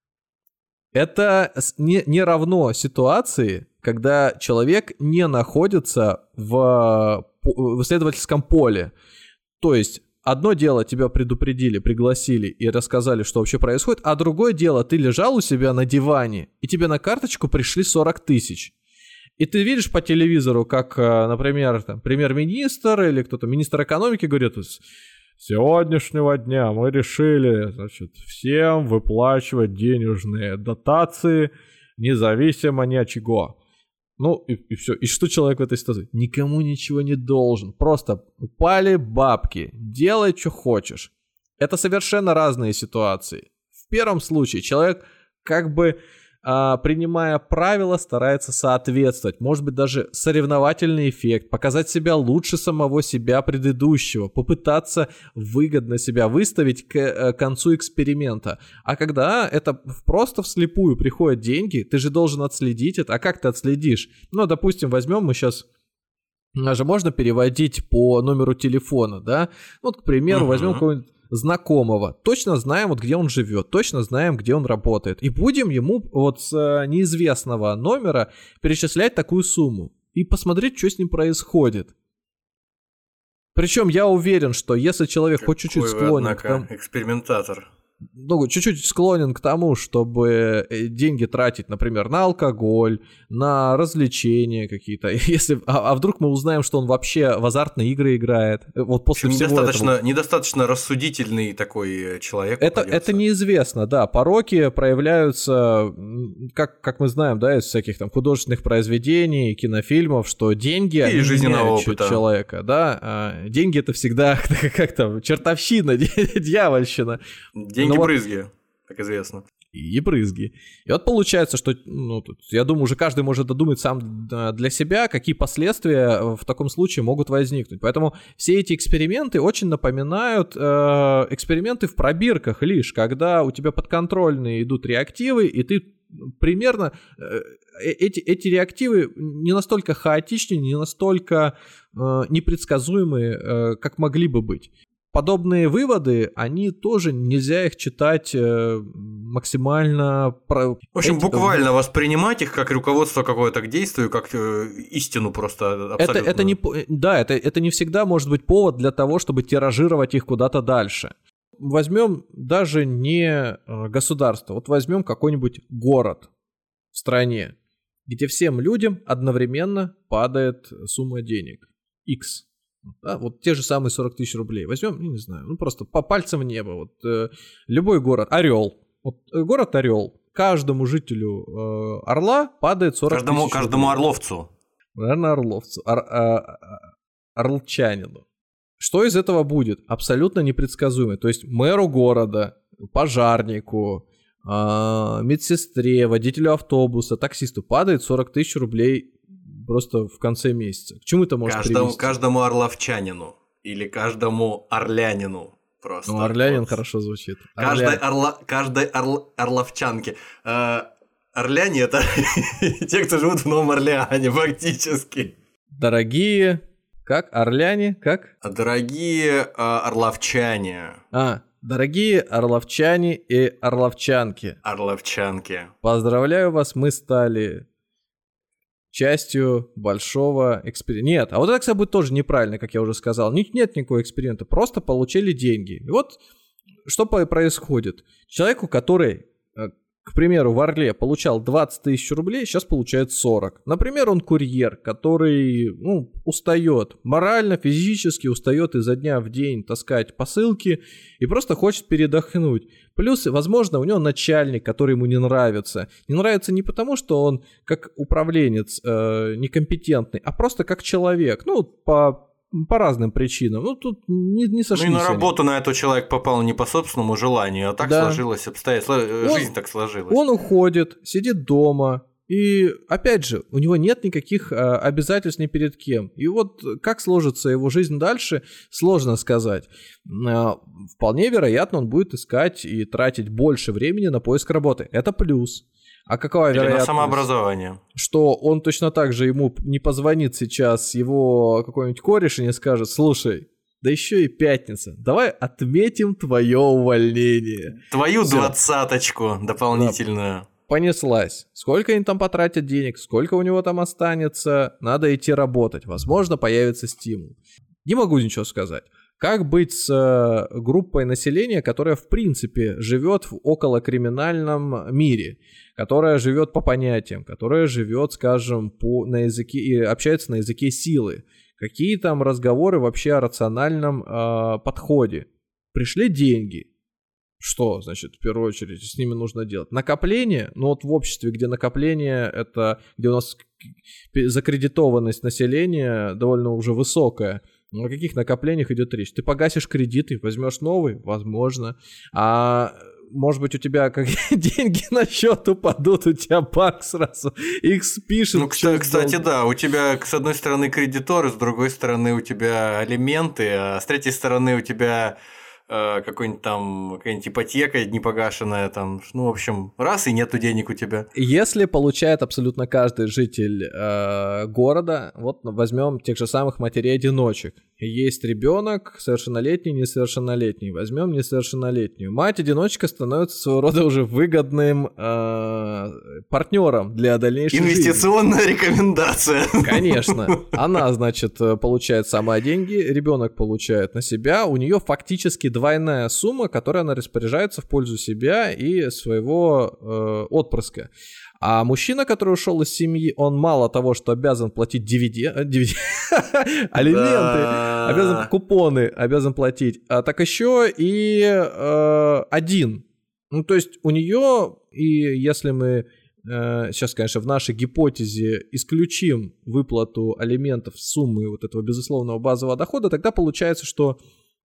Это не, не равно ситуации, когда человек не находится в, в исследовательском поле. То есть одно дело, тебя предупредили, пригласили и рассказали, что вообще происходит, а другое дело, ты лежал у себя на диване, и тебе на карточку пришли сорок тысяч. И ты видишь по телевизору, как, например, там, премьер-министр или кто-то, министр экономики говорит: с сегодняшнего дня мы решили, значит, всем выплачивать денежные дотации, независимо ни от чего. Ну, и, и все. И что человек в этой ситуации? Никому ничего не должен. Просто упали бабки. Делай, что хочешь. Это совершенно разные ситуации. В первом случае человек как бы, а, принимая правила, старается соответствовать. Может быть, даже соревновательный эффект. Показать себя лучше самого себя предыдущего. Попытаться выгодно себя выставить к э, концу эксперимента. А когда это просто вслепую приходят деньги, ты же должен отследить это. А как ты отследишь? Ну, допустим, возьмем мы сейчас... Же можно переводить по номеру телефона, да? Вот, к примеру, uh-huh. возьмем какого-нибудь знакомого, точно знаем, вот где он живет, точно знаем, где он работает, и будем ему вот с неизвестного номера перечислять такую сумму и посмотреть, что с ним происходит. Причем я уверен, что если человек Какой хоть чуть-чуть вы, склонен однако, к тому... экспериментатор. Ну, чуть-чуть склонен к тому, чтобы деньги тратить, например, на алкоголь, на развлечения какие-то. Если, а, а вдруг мы узнаем, что он вообще в азартные игры играет. Вот после всего недостаточно, этого... недостаточно рассудительный такой человек. Это, это неизвестно, да. Пороки проявляются, как, как мы знаем, да, из всяких там художественных произведений, кинофильмов, что деньги и жизненного опыта человека, да. А деньги — это всегда как там чертовщина, дьявольщина. Деньги Но брызги, вот, как известно. И брызги. И вот получается, что, ну, тут, я думаю, уже каждый может додумать сам для себя, какие последствия в таком случае могут возникнуть. Поэтому все эти эксперименты очень напоминают э, эксперименты в пробирках лишь, когда у тебя подконтрольные идут реактивы, и ты примерно... Э, эти, эти реактивы не настолько хаотичны, не настолько э, непредсказуемые, э, как могли бы быть. Подобные выводы, они тоже, нельзя их читать э, максимально... В общем, буквально воспринимать их как руководство какое-то к действию, как э, истину просто абсолютно. Это, это не, да, это, это не всегда может быть повод для того, чтобы тиражировать их куда-то дальше. возьмем даже не государство, вот возьмем какой-нибудь город в стране, где всем людям одновременно падает сумма денег. X. Да, вот те же самые сорок тысяч рублей. Возьмем, не знаю, ну просто по пальцам в небо. Вот, э, любой город. Орел. Вот, э, город Орел. Каждому жителю э, Орла падает сорок каждому, тысяч каждому рублей. орловцу. Наверное, орловцу. Ор, э, орлчанину. Что из этого будет? Абсолютно непредсказуемо. То есть мэру города, пожарнику, э, медсестре, водителю автобуса, таксисту падает сорок тысяч рублей просто в конце месяца. К чему это может каждому, привести? Каждому орловчанину или каждому орлянину просто. Ну, орлянин вот. Хорошо звучит. Каждой, орла, каждой орл, орловчанке. Э, орляне – это те, кто живут в Новом Орлеане, фактически. Дорогие, как орляне, как? Дорогие э, орловчане. А, дорогие орловчане и орловчанки. Орловчанки. Поздравляю вас, мы стали... частью большого эксперимента. Нет, а вот это, кстати, будет тоже неправильно, как я уже сказал. Нет, нет никакого эксперимента, просто получили деньги. И вот что происходит. Человеку, который, к примеру, в Орле получал двадцать тысяч рублей, сейчас получает сорок. Например, он курьер, который, ну, устает морально, физически, устает изо дня в день таскать посылки и просто хочет передохнуть. Плюс, возможно, у него начальник, который ему не нравится. Не нравится не потому, что он как управленец э, некомпетентный, а просто как человек. Ну, по, по разным причинам. Ну, тут не, не сошлись. Ну, и на они. работу на этого человек попал не по собственному желанию, а так да. сложилось обстоятельства. Жизнь так сложилась. Он уходит, сидит дома. И, опять же, у него нет никаких э, обязательств ни перед кем. И вот как сложится его жизнь дальше, сложно сказать. Э, вполне вероятно, он будет искать и тратить больше времени на поиск работы. Это плюс. А какова Или вероятность? на самообразование. Что он точно так же ему не позвонит сейчас его какой-нибудь кореш и не скажет: слушай, да еще и пятница, давай отметим твое увольнение. Твою Всё. двадцаточку дополнительную. Да. Понеслась. Сколько они там потратят денег, сколько у него там останется, надо идти работать. Возможно, появится стимул. Не могу ничего сказать. Как быть с э, группой населения, которая в принципе живет в околокриминальном мире, которая живет по понятиям, которая живет, скажем, по, на языке и общается на языке силы? Какие там разговоры вообще о рациональном э, подходе? Пришли деньги. Что, значит, в первую очередь с ними нужно делать? Накопление? Ну вот в обществе, где накопление, это где у нас закредитованность населения довольно уже высокая. О каких накоплениях идет речь? Ты погасишь кредиты, возьмешь новый? Возможно. А может быть, у тебя как деньги на счет упадут, у тебя банк сразу их спишет. Ну, кстати, кстати, да, у тебя с одной стороны кредиторы, с другой стороны у тебя алименты, а с третьей стороны у тебя э, какой-нибудь там, какая-нибудь ипотека непогашенная там. Ну, в общем, раз и нету денег у тебя. Если получает абсолютно каждый житель э, города, вот возьмем тех же самых матерей-одиночек. Есть ребенок, совершеннолетний, несовершеннолетний. Возьмем несовершеннолетнюю. Мать-одиночка становится своего рода уже выгодным э, партнером для дальнейшей жизни. Инвестиционная рекомендация. Конечно. Она, значит, получает сама деньги, ребенок получает на себя. У нее фактически двойная сумма, которой она распоряжается в пользу себя и своего э, отпрыска. А мужчина, который ушел из семьи, он мало того, что обязан платить дивиденды, алименты, обязан купоны, обязан платить, а так еще и э, один. Ну, то есть у нее, и если мы э, сейчас, конечно, в нашей гипотезе исключим выплату алиментов с суммы вот этого безусловного базового дохода, тогда получается, что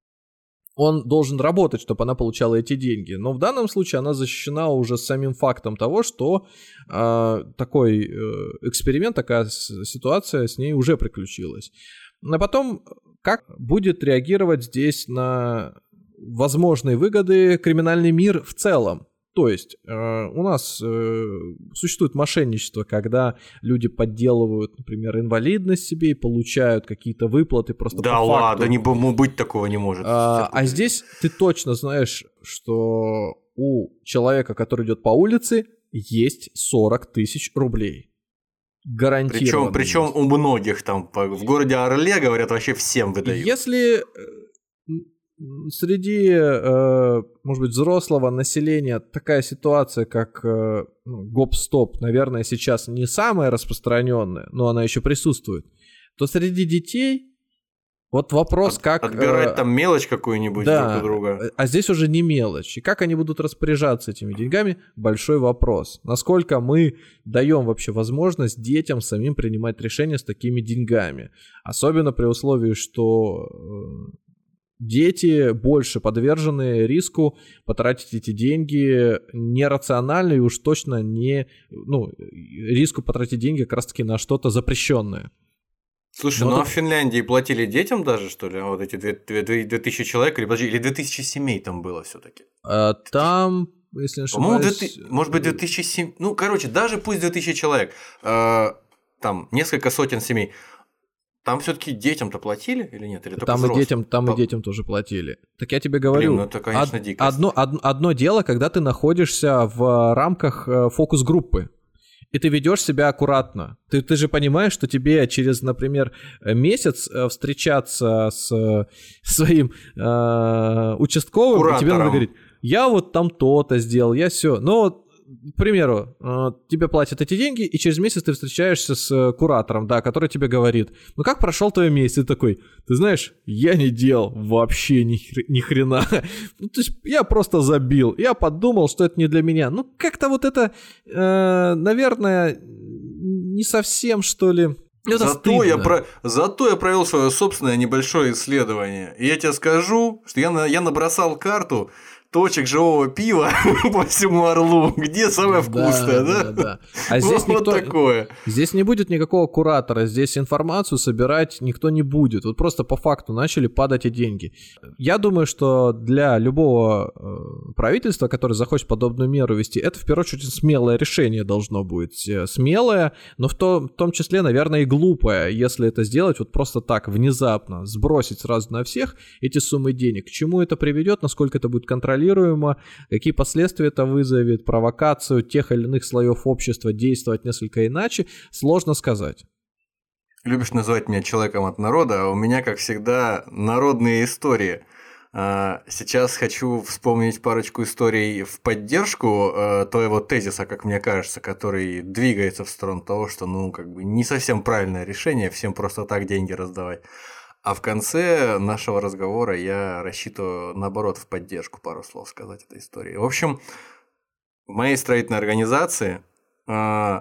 он должен работать, чтобы она получала эти деньги. Но в данном случае она защищена уже самим фактом того, что э, такой э, эксперимент, такая ситуация с ней уже приключилась. А потом, как будет реагировать здесь на возможные выгоды криминальный мир в целом? То есть э, у нас э, существует мошенничество, когда люди подделывают, например, инвалидность себе и получают какие-то выплаты просто да по ладно, факту. не, быть такого не может. А, а здесь ты точно знаешь, что у человека, который идет по улице, есть сорок тысяч рублей. Гарантированно. Причем, причем у многих там в городе Орле, говорят, вообще всем выдают. Если... среди, э, может быть, взрослого населения такая ситуация, как э, ну, гоп-стоп, наверное, сейчас не самая распространенная, но она еще присутствует, то среди детей вот вопрос, От, как... Отбирать э, там мелочь какую-нибудь да, друг у друга. А здесь уже не мелочь. И как они будут распоряжаться этими деньгами, большой вопрос. Насколько мы даем вообще возможность детям самим принимать решения с такими деньгами. Особенно при условии, что дети больше подвержены риску потратить эти деньги нерационально и уж точно не... Ну, риску потратить деньги как раз-таки на что-то запрещенное. Слушай, Но ну тут... а в Финляндии платили детям даже, что ли? Вот эти две тысячи человек, или, подожди, или две тысячи семей там было все-таки? А, там, если не ошибаюсь... По-моему, две тысячи, может быть, две тысячи семь... Ну, короче, даже пусть две тысячи человек, э, там несколько сотен семей. Там все-таки детям-то платили или нет? Или там и детям, там По... и детям тоже платили. Так я тебе говорю. Блин, ну это, конечно, од- дикость. Одно, од- одно дело, когда ты находишься в рамках фокус-группы. И ты ведешь себя аккуратно. Ты, ты же понимаешь, что тебе через, например, месяц встречаться с своим э, участковым, Куратором. и тебе надо говорить, я вот там то-то сделал, я все. Но, к примеру, э, тебе платят эти деньги, и через месяц ты встречаешься с куратором, да, который тебе говорит, ну как прошел твой месяц? И ты такой, ты знаешь, я не делал вообще ни, хр- ни хрена. Ну, то есть я просто забил, я подумал, что это не для меня. Ну как-то вот это, э, наверное, не совсем, что ли... Это Зато я, стыдно. про... Зато я провел свое собственное небольшое исследование. И я тебе скажу, что я, на... я набросал карту точек живого пива по всему Орлу, где самое вкусное, да? Да, да. А здесь вот никто... такое. Здесь не будет никакого куратора, здесь информацию собирать никто не будет. Вот просто по факту начали падать и деньги. Я думаю, что для любого э, правительства, которое захочет подобную меру вести, это в первую очередь смелое решение должно быть. Смелое, но в, то, в том числе, наверное, и глупое, если это сделать вот просто так, внезапно, сбросить сразу на всех эти суммы денег. К чему это приведет, насколько это будет контролировать, какие последствия это вызовет, провокацию тех или иных слоев общества действовать несколько иначе, сложно сказать. Любишь называть меня человеком от народа, а у меня, как всегда, народные истории. Сейчас хочу вспомнить парочку историй в поддержку твоего тезиса, как мне кажется, который двигается в сторону того, что, ну, как бы не совсем правильное решение всем просто так деньги раздавать. А в конце нашего разговора я рассчитываю, наоборот, в поддержку пару слов сказать этой истории. В общем, в моей строительной организации э,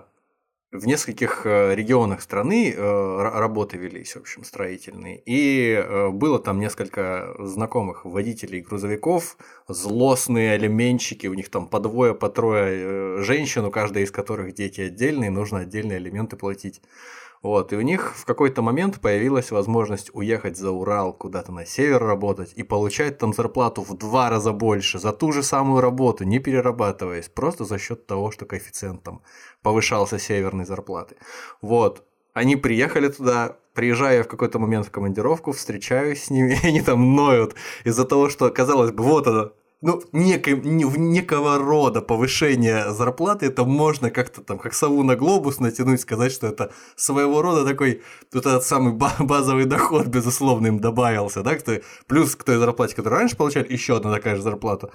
в нескольких регионах страны э, работы велись, в общем, строительные. И э, было там несколько знакомых водителей грузовиков, злостные алименщики, у них там по двое, по трое э, женщин, у каждой из которых дети отдельные, нужно отдельные алименты платить. Вот, и у них в какой-то момент появилась возможность уехать за Урал куда-то на север работать и получать там зарплату в два раза больше за ту же самую работу, не перерабатываясь, просто за счет того, что коэффициент там повышался северной зарплаты. Вот, они приехали туда, приезжая в какой-то момент в командировку, встречаюсь с ними, и они там ноют из-за того, что, казалось бы, вот оно, ну, некой, некого рода повышение зарплаты, это можно как-то там, как сову на глобус натянуть, сказать, что это своего рода такой, вот этот самый базовый доход, безусловно, им добавился, да, кто, плюс к той зарплате, которую раньше получали, еще одна такая же зарплата.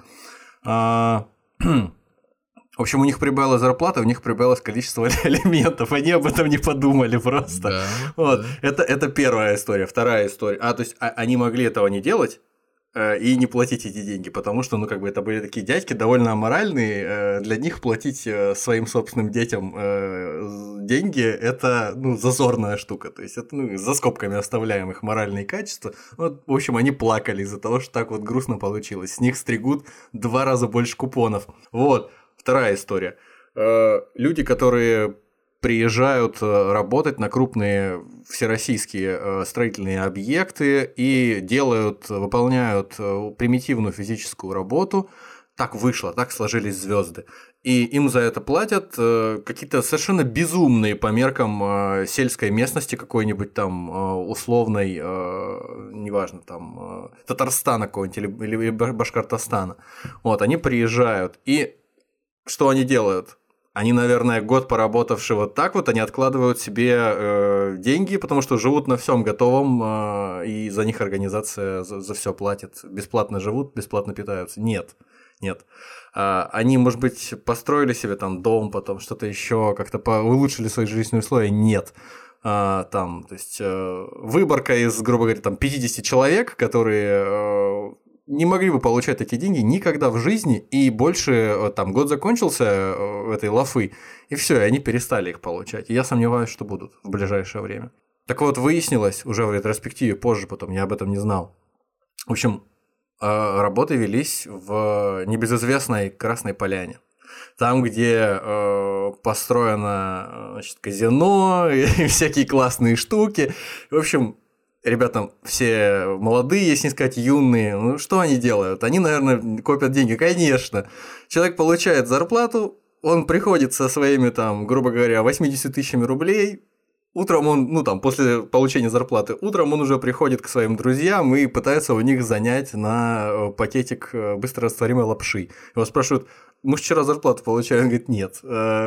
А, в общем, у них прибавилась зарплата, у них прибавилось количество алиментов, они об этом не подумали просто. Да, вот. Да. Это, это первая история. Вторая история. А, то есть, а, они могли этого не делать и не платить эти деньги, потому что, ну, как бы это были такие дядьки довольно аморальные, для них платить своим собственным детям деньги – это, ну, зазорная штука, то есть это, ну, за скобками оставляем их моральные качества. Вот, в общем, они плакали из-за того, что так вот грустно получилось, с них стригут два раза больше купонов. Вот, вторая история. Люди, которые приезжают работать на крупные всероссийские строительные объекты и делают, выполняют примитивную физическую работу. Так вышло, так сложились звезды. И им за это платят какие-то совершенно безумные по меркам сельской местности какой-нибудь там условной, неважно, там Татарстана какого-нибудь или Башкортостана. Вот, они приезжают. И что они делают? Они, наверное, год поработавши вот так вот, они откладывают себе э, деньги, потому что живут на всем готовом, э, и за них организация за, за все платит. Бесплатно живут, бесплатно питаются. Нет, нет. А, они, может быть, построили себе там дом, потом что-то еще, как-то улучшили свои жизненные условия. Нет. А, там, то есть, э, выборка из, грубо говоря, там, пятьдесят человек, которые... Э, не могли бы получать такие деньги никогда в жизни, и больше там год закончился этой лафы, и все, и они перестали их получать. И я сомневаюсь, что будут в ближайшее время. Так вот, выяснилось уже в ретроспективе, позже потом, я об этом не знал. В общем, работы велись в небезызвестной Красной Поляне. Там, где э, построено, значит, казино и всякие классные штуки. В общем... Ребята все молодые, если не сказать юные, ну что они делают? Они, наверное, копят деньги, конечно. Человек получает зарплату, он приходит со своими, там, грубо говоря, восемьдесят тысячами рублей. Утром он, ну там, после получения зарплаты, утром он уже приходит к своим друзьям и пытается у них занять на пакетик быстрорастворимой лапши. Его спрашивают: мы вчера зарплату получали? Он говорит: нет,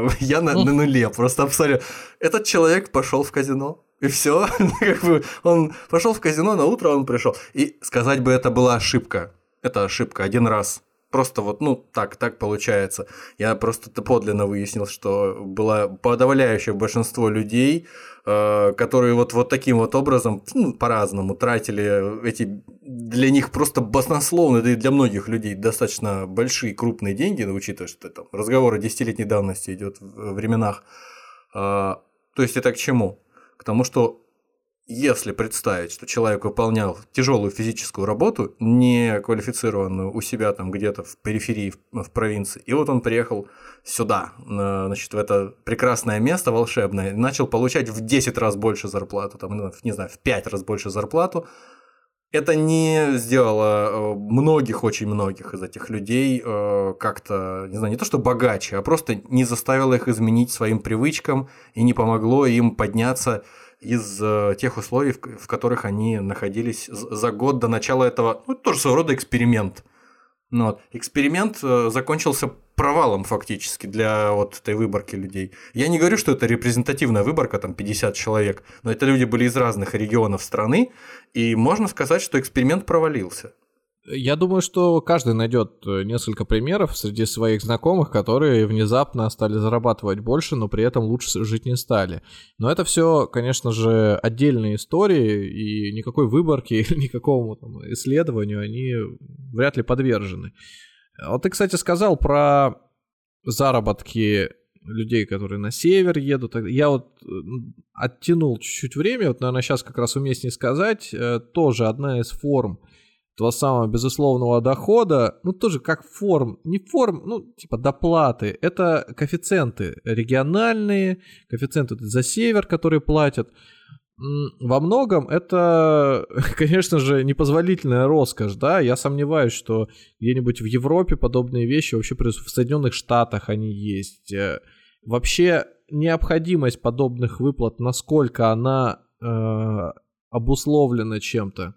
я на, на нуле, просто абсолютно. Этот человек пошел в казино. И все, как бы он пошел в казино, на утро он пришел. И сказать бы, это была ошибка. Это ошибка один раз. Просто вот, ну, так, так получается. Я просто подлинно выяснил, что было подавляющее большинство людей, э, которые вот, вот таким вот образом, ну, по-разному тратили эти для них просто баснословные, да и для многих людей достаточно большие, крупные деньги, ну, учитывая, что это разговоры десятилетней давности идет в временах. Э, то есть это к чему? К тому, что если представить, что человек выполнял тяжелую физическую работу, не квалифицированную у себя там где-то в периферии, в, в провинции, и вот он приехал сюда, значит, в это прекрасное место волшебное, и начал получать в десять раз больше зарплату, там, не знаю, в пять раз больше зарплату, это не сделало многих, очень многих из этих людей как-то, не знаю, не то что богаче, а просто не заставило их изменить своим привычкам и не помогло им подняться из тех условий, в которых они находились за год до начала этого, ну, тоже своего рода эксперимент. Ну, вот. Эксперимент закончился провалом фактически для вот этой выборки людей. Я не говорю, что это репрезентативная выборка, там пятьдесят человек, но это люди были из разных регионов страны, и можно сказать, что эксперимент провалился. Я думаю, что каждый найдет несколько примеров среди своих знакомых, которые внезапно стали зарабатывать больше, но при этом лучше жить не стали. Но это все, конечно же, отдельные истории, и никакой выборке или никакому там исследованию они вряд ли подвержены. Вот ты, кстати, сказал про заработки людей, которые на север едут. Я вот оттянул чуть-чуть время, вот, наверное, сейчас как раз уместнее сказать, тоже одна из форм того самого безусловного дохода, ну, тоже как форм, не форм, ну, типа доплаты, это коэффициенты региональные, коэффициенты за север, которые платят. Во многом это, конечно же, непозволительная роскошь, да, я сомневаюсь, что где-нибудь в Европе подобные вещи, вообще в Соединенных Штатах они есть. Вообще необходимость подобных выплат, насколько она э, обусловлена чем-то.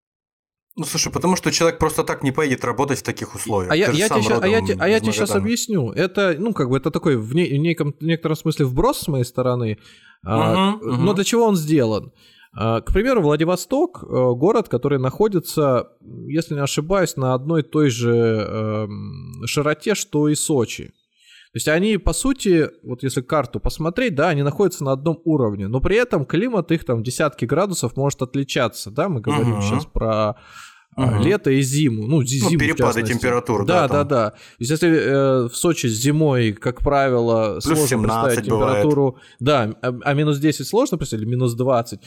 Ну, слушай, потому что человек просто так не поедет работать в таких условиях. А я, я, тебе, а я, а я тебе сейчас объясню. Это, ну, как бы, это такой в, не, в неком, в некотором смысле вброс с моей стороны. Uh-huh, а, uh-huh. Но для чего он сделан? А, к примеру, Владивосток, город, который находится, если не ошибаюсь, на одной и той же э, широте, что и Сочи. То есть они, по сути, вот если карту посмотреть, да, они находятся на одном уровне, но при этом климат их там десятки градусов может отличаться, да, мы говорим uh-huh. сейчас про uh-huh. лето и зиму, ну, зиму, ну, перепады температур, да, да, да, да. То есть если э, в Сочи зимой, как правило, плюс сложно представить температуру, бывает. Да, а, а минус десять сложно представить, или минус двадцать,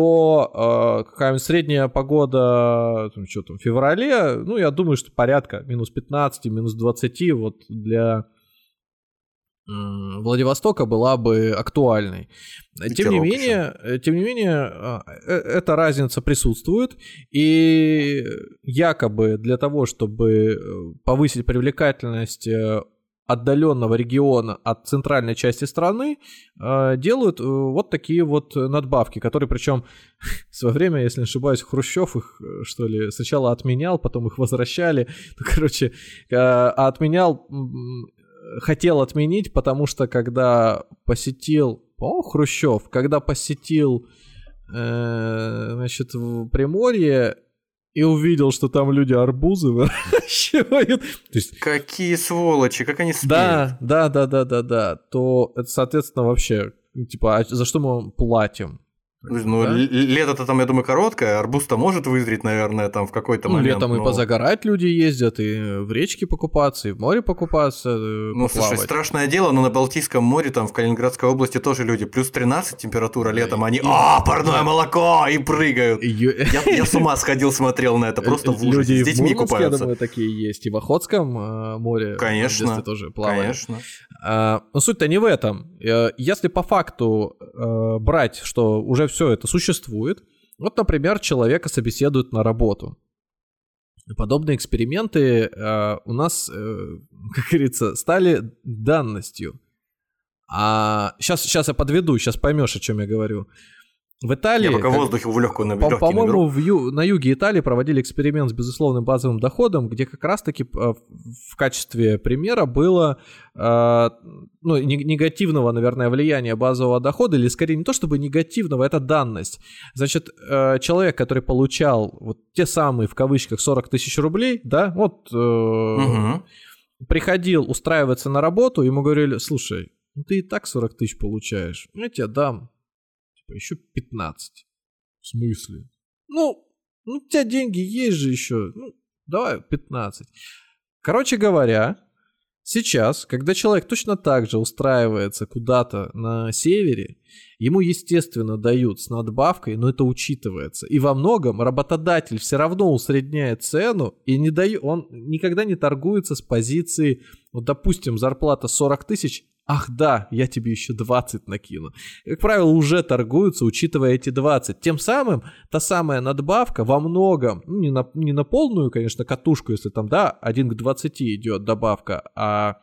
то э, какая-нибудь средняя погода, там, что там, в феврале, ну, я думаю, что порядка минус пятнадцать, минус двадцать, вот для Владивостока была бы актуальной. Тем не менее, тем не менее, эта разница присутствует, и якобы для того, чтобы повысить привлекательность отдаленного региона от центральной части страны, делают вот такие вот надбавки, которые, причем, в свое время, если не ошибаюсь, Хрущев их, что ли, сначала отменял, потом их возвращали, ну, короче, отменял хотел отменить, потому что когда посетил, по-моему, Хрущев, когда посетил, э, значит, в Приморье и увидел, что там люди арбузы выращивают. То есть, какие сволочи, как они смеют. Да, да, да, да, да, да. То это, соответственно, вообще, типа, а за что мы вам платим? Ну, да? Лето-то там, я думаю, короткое, арбуз-то может вызреть, наверное, там в какой-то ну, момент. Летом но... и позагорать люди ездят, и в речке покупаться, и в море покупаться, Ну, поплавать. слушай, страшное дело, но на Балтийском море, там в Калининградской области тоже люди, плюс тринадцать температура летом, они, а, парное молоко, и прыгают. Я, я с ума сходил, смотрел на это, просто в ужасе, люди с детьми в Мурманске, купаются. Я думаю, такие есть, и в Охотском э, море. Конечно, тоже плавали. конечно. А, но суть-то не в этом. Если по факту э, брать, что уже все это существует, вот, например, человека собеседуют на работу. Подобные эксперименты э, у нас, э, как говорится, стали данностью. А сейчас, сейчас я подведу, сейчас поймешь, о чем я говорю. В Италии... Я пока как, воздухе в легкую наберу. По- по-моему, в ю- на юге Италии проводили эксперимент с безусловным базовым доходом, где как раз-таки э, в качестве примера было э, ну, не- негативного, наверное, влияния базового дохода, или скорее не то чтобы негативного, это данность. Значит, э, человек, который получал вот те самые, в кавычках, сорок тысяч рублей, да, вот э, Угу. приходил устраиваться на работу, ему говорили, слушай, ну ты и так сорок тысяч получаешь, я тебе дам еще пятнадцать. В смысле? Ну, ну, у тебя деньги есть же еще. Ну, давай пятнадцать. Короче говоря, сейчас, когда человек точно так же устраивается куда-то на севере, ему, естественно, дают с надбавкой, но это учитывается. И во многом работодатель все равно усредняет цену и не дает, он никогда не торгуется с позиции, вот, допустим, зарплата сорок тысяч, ах да, я тебе еще двадцать накину. Как правило, уже торгуются, учитывая эти двадцать. Тем самым та самая надбавка во многом, ну, не, на, не на полную, конечно, катушку, если там, да, один к двадцати идет добавка, а...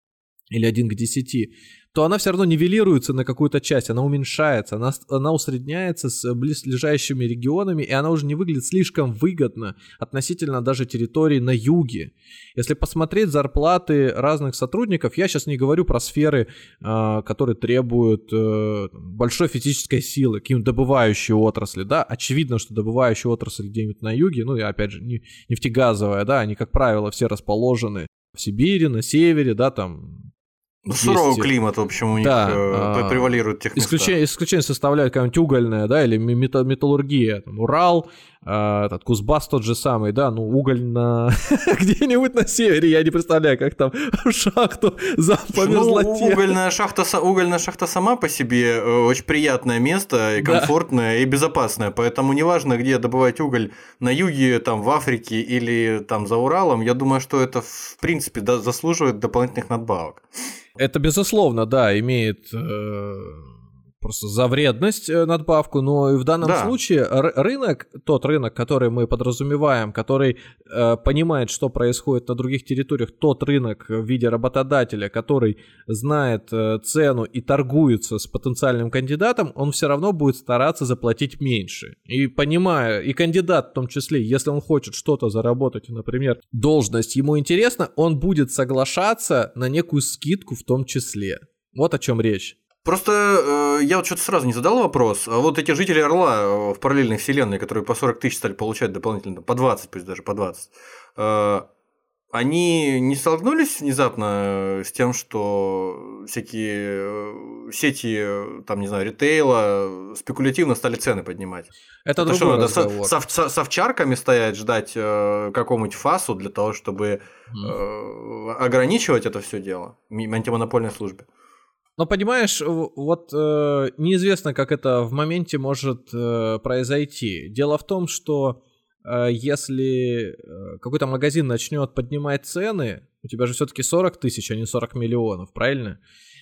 или один к десяти, то она все равно нивелируется на какую-то часть, она уменьшается, она, она усредняется с близлежащими регионами, и она уже не выглядит слишком выгодно относительно даже территорий на юге. Если посмотреть зарплаты разных сотрудников, я сейчас не говорю про сферы, э, которые требуют э, большой физической силы, какие-нибудь добывающие отрасли, да, очевидно, что добывающие отрасли где-нибудь на юге, ну и опять же не, нефтегазовая, да, они, как правило, все расположены в Сибири, на севере, да, там... Ну, суровый есть... климат, в общем, у них да, э, превалирует в тех местах. Исключение, исключение составляют какая-нибудь угольная, да, или мета- металлургия, там, Урал, э, этот Кузбасс тот же самый, да, ну, уголь на... где-нибудь на севере, я не представляю, как там в шахту по мерзлоте. Ну, угольная шахта, угольная шахта сама по себе очень приятное место, и комфортное, да. и безопасное, поэтому неважно, где добывать уголь, на юге, там, в Африке или там за Уралом, я думаю, что это, в принципе, да, заслуживает дополнительных надбавок. Это, безусловно, да, имеет э, просто за вредность надбавку, но и в данном да. случае р- рынок, тот рынок, который мы подразумеваем, который э, понимает, что происходит на других территориях, тот рынок в виде работодателя, который знает э, цену и торгуется с потенциальным кандидатом, он все равно будет стараться заплатить меньше. И понимая, и кандидат в том числе, если он хочет что-то заработать, например, должность ему интересна, он будет соглашаться на некую скидку в том числе. Вот о чем речь. Просто э, я вот что-то сразу не задал вопрос. А вот эти жители Орла в параллельной вселенной, которые по сорок тысяч стали получать дополнительно, по двадцать, пусть даже по двадцать, э, они не столкнулись внезапно с тем, что всякие сети, там, не знаю, ритейла спекулятивно стали цены поднимать? Это, Это другой что, разговор. С, с, с овчарками стоять, ждать э, какому-нибудь фасу для того, чтобы э, ограничивать это все дело антимонопольной службе? Но понимаешь, вот э, неизвестно, как это в моменте может э, произойти. Дело в том, что э, если э, какой-то магазин начнет поднимать цены, у тебя же все-таки сорок тысяч, а не сорок миллионов, правильно?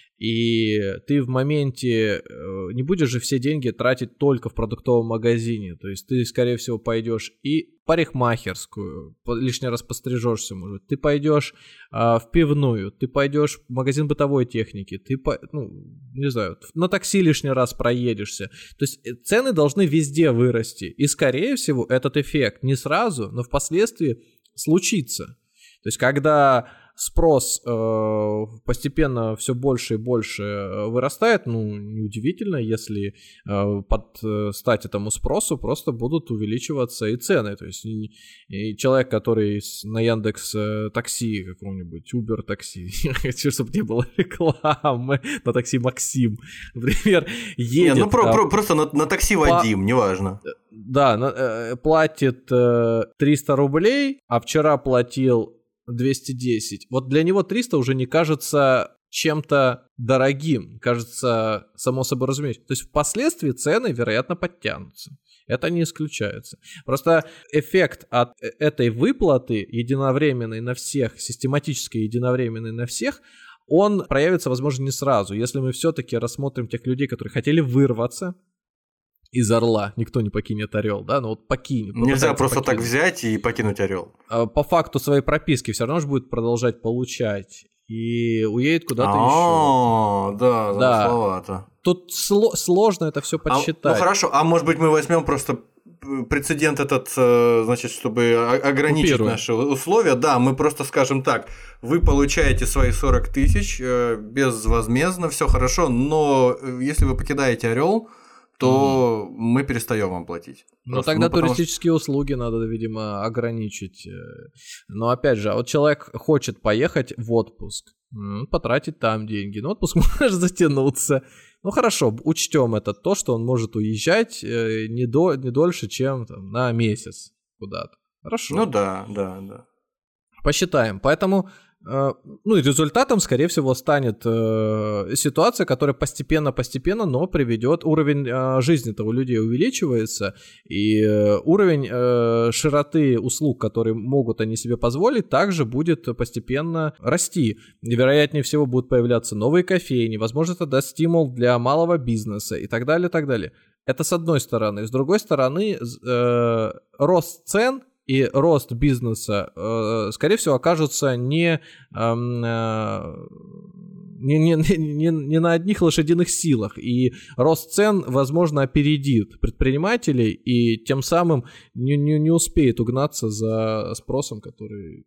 И ты в моменте э, не будешь же все деньги тратить только в продуктовом магазине. То есть ты, скорее всего, пойдешь и в парикмахерскую, лишний раз пострижешься, может. Ты пойдешь э, в пивную, ты пойдешь в магазин бытовой техники, ты, по, ну, не знаю, на такси лишний раз проедешься. То есть цены должны везде вырасти. И, скорее всего, этот эффект не сразу, но впоследствии случится. То есть когда спрос э, постепенно все больше и больше вырастает, ну, неудивительно, если э, под э, стать этому спросу просто будут увеличиваться и цены. То есть и, и человек, который на Яндекс такси каком-нибудь, Uber такси, хочу, чтобы не было рекламы, на такси Максим, например, едет... Не, ну про, про, просто на, на такси Вадим, по... неважно. Да, на, э, платит э, триста рублей, а вчера платил двести десять. Вот для него триста уже не кажется чем-то дорогим, кажется само собой разумеющимся. То есть впоследствии цены, вероятно, подтянутся. Это не исключается. Просто эффект от этой выплаты единовременной на всех, систематически единовременной на всех, он проявится, возможно, не сразу. Если мы все-таки рассмотрим тех людей, которые хотели вырваться из Орла, никто не покинет Орел, да, но вот покинет. Нельзя просто покинуть. Так взять и покинуть Орел. По факту своей прописки все равно же будет продолжать получать и уедет куда-то еще. А, да, замысловато. Тут сло- сложно это все подсчитать. Ну хорошо, а может быть мы возьмем просто прецедент этот, значит, чтобы ограничить Купируем. Наши условия. Да, мы просто скажем так: вы получаете свои сорок тысяч безвозмездно, все хорошо, но если вы покидаете Орел, то mm. мы перестаем вам платить. Ну, просто, тогда ну, туристические что... услуги надо, видимо, ограничить. Но, опять же, вот человек хочет поехать в отпуск, потратить там деньги. Ну, отпуск может затянуться. Ну, хорошо, учтем это, то, что он может уезжать не, до, не дольше, чем там, на месяц куда-то. Хорошо. Ну, да, да, да. Посчитаем. Поэтому... Ну и результатом, скорее всего, станет э, ситуация, которая постепенно-постепенно, но приведет, уровень э, жизни-то у людей увеличивается, и э, уровень э, широты услуг, которые могут они себе позволить, также будет постепенно расти. И, вероятнее всего, будут появляться новые кофейни, возможно, это даст стимул для малого бизнеса и так далее, и так далее. Это с одной стороны. С другой стороны, э, рост цен и рост бизнеса, э, скорее всего, окажутся не, э, не, не, не, не на одних лошадиных силах. И рост цен, возможно, опередит предпринимателей и тем самым не, не, не успеет угнаться за спросом, который,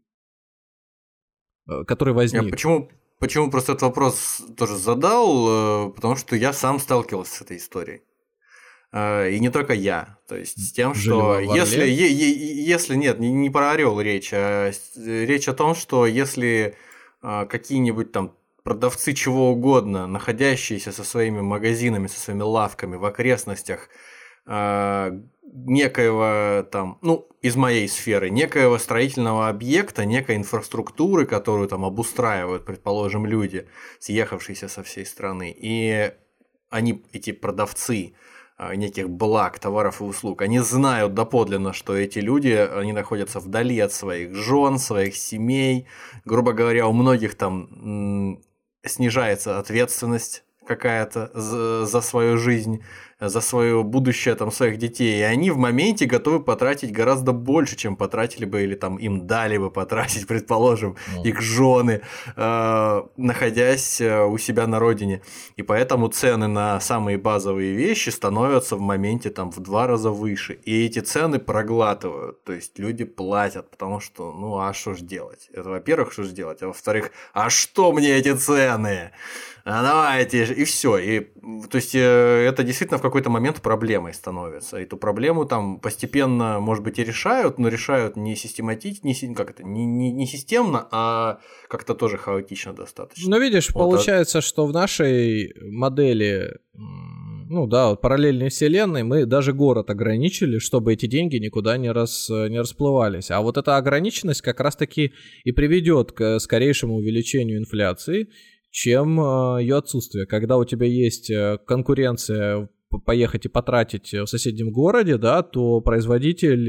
который возник. Я почему, почему просто этот вопрос тоже задал? Потому что я сам сталкивался с этой историей. И не только я, то есть с тем, что если, е, е, если нет, не, не про Орел речь, а речь о том, что если а, какие-нибудь там продавцы чего угодно, находящиеся со своими магазинами, со своими лавками в окрестностях а, некоего там, ну, из моей сферы, некоего строительного объекта, некой инфраструктуры, которую там обустраивают, предположим, люди, съехавшиеся со всей страны, и они, эти продавцы, неких благ, товаров и услуг, они знают доподлинно, что эти люди, они находятся вдали от своих жен, своих семей, грубо говоря, у многих там м- снижается ответственность какая-то за, за свою жизнь, за свое будущее там своих детей, и они в моменте готовы потратить гораздо больше, чем потратили бы, или там им дали бы потратить, предположим, mm. их жены, э, находясь у себя на родине. И поэтому цены на самые базовые вещи становятся в моменте там в два раза выше. И эти цены проглатывают, то есть люди платят, потому что, ну а что ж делать? Это, во-первых, что ж делать, а во-вторых, а что мне эти цены? А давайте, и все. И, то есть это действительно в какой-то момент проблемой становится. Эту проблему там постепенно, может быть, и решают, но решают не систематично, не, как это, не, не, не системно, а как-то тоже хаотично достаточно. Ну, видишь, вот, получается, а... что в нашей модели, ну да, вот параллельной вселенной мы даже город ограничили, чтобы эти деньги никуда не, рас, не расплывались. А вот эта ограниченность как раз-таки и приведет к скорейшему увеличению инфляции, чем ее отсутствие. Когда у тебя есть конкуренция поехать и потратить в соседнем городе, да, то производитель